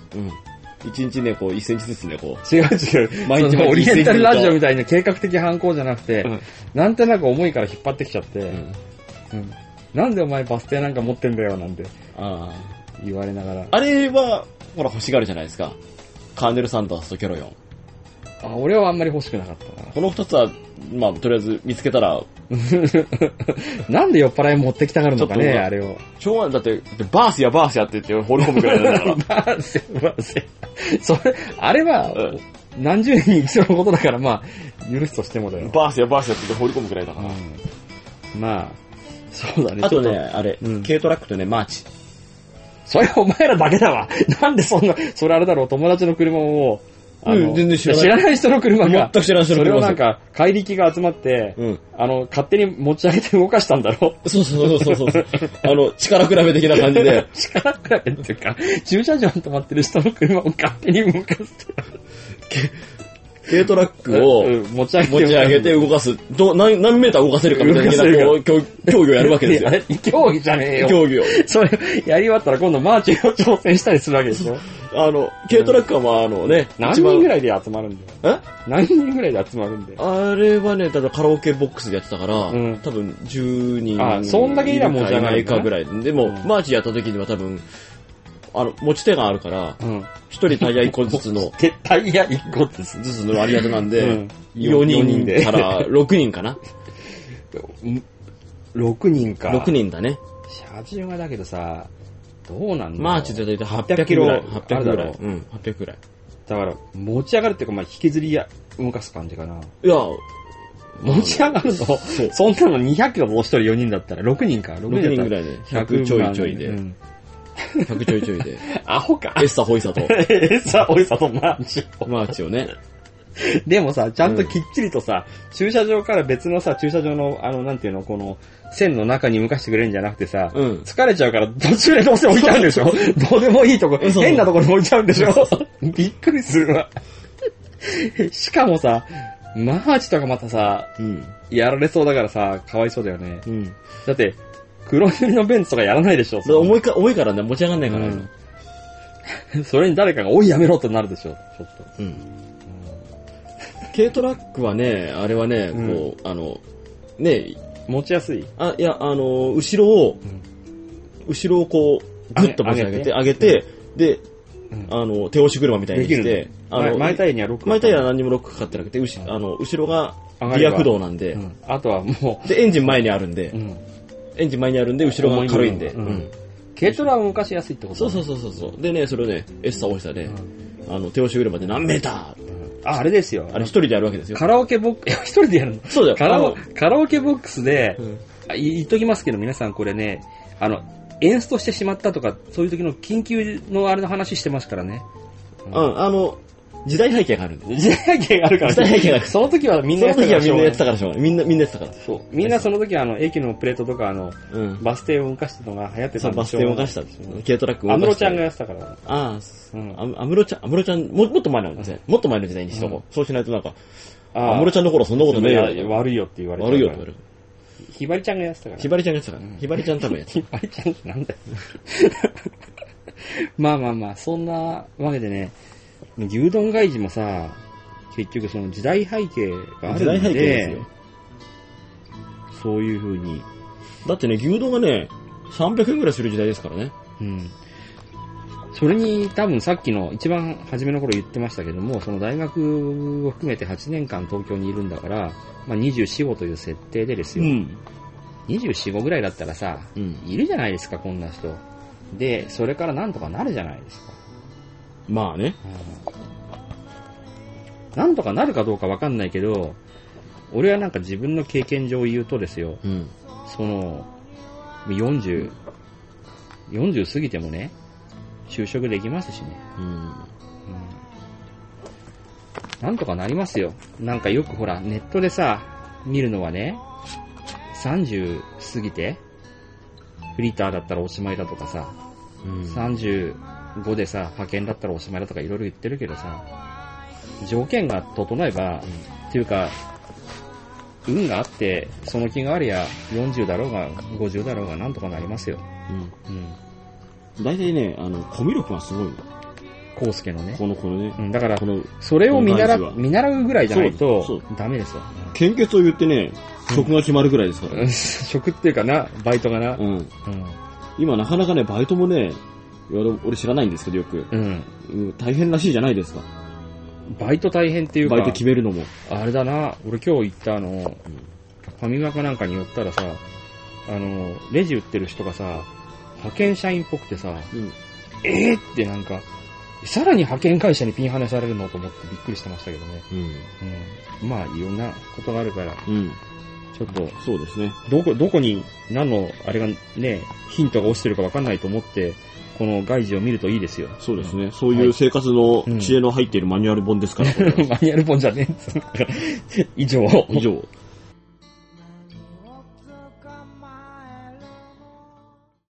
1日ね、こう、1センチずつね、こう。違う。毎日オリエンタルラジオみたいな計画的犯行じゃなくて、なんとなく重いから引っ張ってきちゃって、なんでお前バス停なんか持ってんだよ、なんて。言われながら。 あれは、ほら欲しがるじゃないですか。カーネル・サンダースとキョロヨン。 俺はあんまり欲しくなかったな。 この2つは、まあ、とりあえず見つけたら。 なんで酔っ払い持ってきたがるのかね、あれを。 しょうがない。だって、バースやって言って放り込むくらいだから。 バースや。それ、あれは、何十年に一度のことだから、まあ、許すとしてもだよ。 バースやって言って放り込むくらいだから。 まあ、そうだね。 あとね、あれ、軽トラックとね、マーチ。 それお前らだけだわ。なんでそんな、それあれだろう、友達の車を、 全然知らない人の車が、 全く知らない人の車。 それをなんか、怪力が集まって、勝手に持ち上げて動かしたんだろ。 そう。力比べ的な感じで。 力比べっていうか、駐車場に止まってる人の車を勝手に動かす。 軽トラックを持ち上げて動かす。何メーター動かせるかみたいな競技をやるわけですよ。 競技じゃねえよ。 競技を。 それ、やり終わったら今度マーチを挑戦したりするわけでしょ。 軽トラックはまあね、 何人ぐらいで集まるんだよ。何人ぐらいで集まるんだよ。 あれはね、ただカラオケボックスでやってたから、多分10人。 そんだけいらもんじゃないかぐらい。でも、マーチやった時には多分、持ち手があるから、一人タイヤ1個ずつの、 タイヤ1個ずつの割り当てなんで、4人から6人かな。 6人か。 6人だね。 車重がだけどさ、どうなんだマーチでだいたい800キロぐらい。800ぐらい。800ぐらい。 だから、持ち上がるっていうか、まあ、引きずり動かす感じかな。 いや、 持ち上がると、そんなの200キロも1人4人だったら6人か。 6人ぐらいで、100ちょいちょいで。100ちょいちょいで。 アホか。 エッサホイサと。 エッサホイサとマーチを。 マーチをね。 でもさ、ちゃんときっちりとさ、駐車場から別のさ、駐車場の、なんていうの、この、線の中に向かしてくれるんじゃなくてさ、疲れちゃうから途中でどうせ置いちゃうんでしょどうでもいいとこ、変なところに置いちゃうんでしょびっくりするわ。しかもさ、マーチとかまたさ、やられそうだからさ、かわいそうだよね。だって、黒塗りのベンツとかやらないでしょ重いからね、持ち上がんないから。 それに誰かが、おいやめろってなるでしょ、ちょっと。 軽トラックはね、あれはね、こう、ね、 持ちやすい。 いや、後ろをこう、ぐっと持ち上げて、で、手押し車みたいにして、 前タイヤにはロック。 前タイヤは何にもロックかかってなくて、後ろがリア駆動なんで、 あとはもう、で、エンジン前にあるんで、後ろが軽いんで、 軽トラは動かしやすいってことそう。でね、それをね、エッサー押したね、手押し車で何メーターあれですよ。 あれ一人でやるわけですよ。 カラオケボックス、一人でやるの？ そうだよ。 カラオケボックスで、言っときますけど、皆さんこれね、エンストしてしまったとか、そういう時の緊急のあれの話してますからね。 時代背景があるんで。 時代背景があるから。 時代背景がある。 その時はみんなやってたから。 みんなやってたからしょうがない。みんなやってたから。 そう。みんなその時は駅のプレートとかバス停を動かしたのが流行ってたんでしょ。 バス停を動かしたんですよ。軽トラックを動かした。安室ちゃんがやってたから。 安室ちゃん、もっと前なんですね。もっと前の時代にしとこう。そうしないとなんか、安室ちゃんの頃そんなことねえよ。 悪いよって言われて。 悪いよって言われる。 ひばりちゃんがやってたから。 ひばりちゃんがやってたから。ひばりちゃん多分やってた。 ひばりちゃんってなんだよ。まあ、そんなわけでね、牛丼外事もさ、結局その時代背景があるんで、 時代背景ですよ。 そういう風に。 だってね、牛丼がね、300円ぐらいする時代ですからね。 それに多分さっきの一番初めの頃言ってましたけども、その大学を含めて8年間東京にいるんだから、24、5という設定でですよ。24、5ぐらいだったらさ、いるじゃないですか、こんな人。で、それからなんとかなるじゃないですか。 まあね。 なんとかなるかどうかわかんないけど、俺はなんか自分の経験上言うとですよ、その、40過ぎてもね、就職できますしね。なんとかなりますよ。なんかよくほら、ネットでさ、見るのはね、30過ぎて、フリーターだったらおしまいだとかさ、35でさ、派遣だったらおしまいだとかいろいろ言ってるけどさ、条件が整えば、っていうか、運があって、その気がありゃ、40だろうが、50だろうが、なんとかなりますよ。 大体ね、コミュ力がすごいの。 コウスケのね。 このね。 だから、それを見習うぐらいじゃないと、ダメですよ。 献血を言ってね、職が決まるぐらいですから。 職っていうかな、バイトがな。 今なかなかね、バイトもね、俺知らないんですけどよく。大変らしいじゃないですか。 バイト大変っていうか。 バイト決めるのも。 あれだな、俺今日行ったファミマかなんかに寄ったらさ、レジ売ってる人がさ、派遣社員っぽくてさ、ってなんか、さらに派遣会社にピンハネされるのと思ってびっくりしてましたけどね。まあ、いろんなことがあるから、ちょっと、 そうですね。 どこに何の、あれがね、ヒントが落ちてるかわかんないと思って、この外事を見るといいですよ。 そうですね。そういう生活の知恵の入っているマニュアル本ですから。 マニュアル本じゃねえ。以上。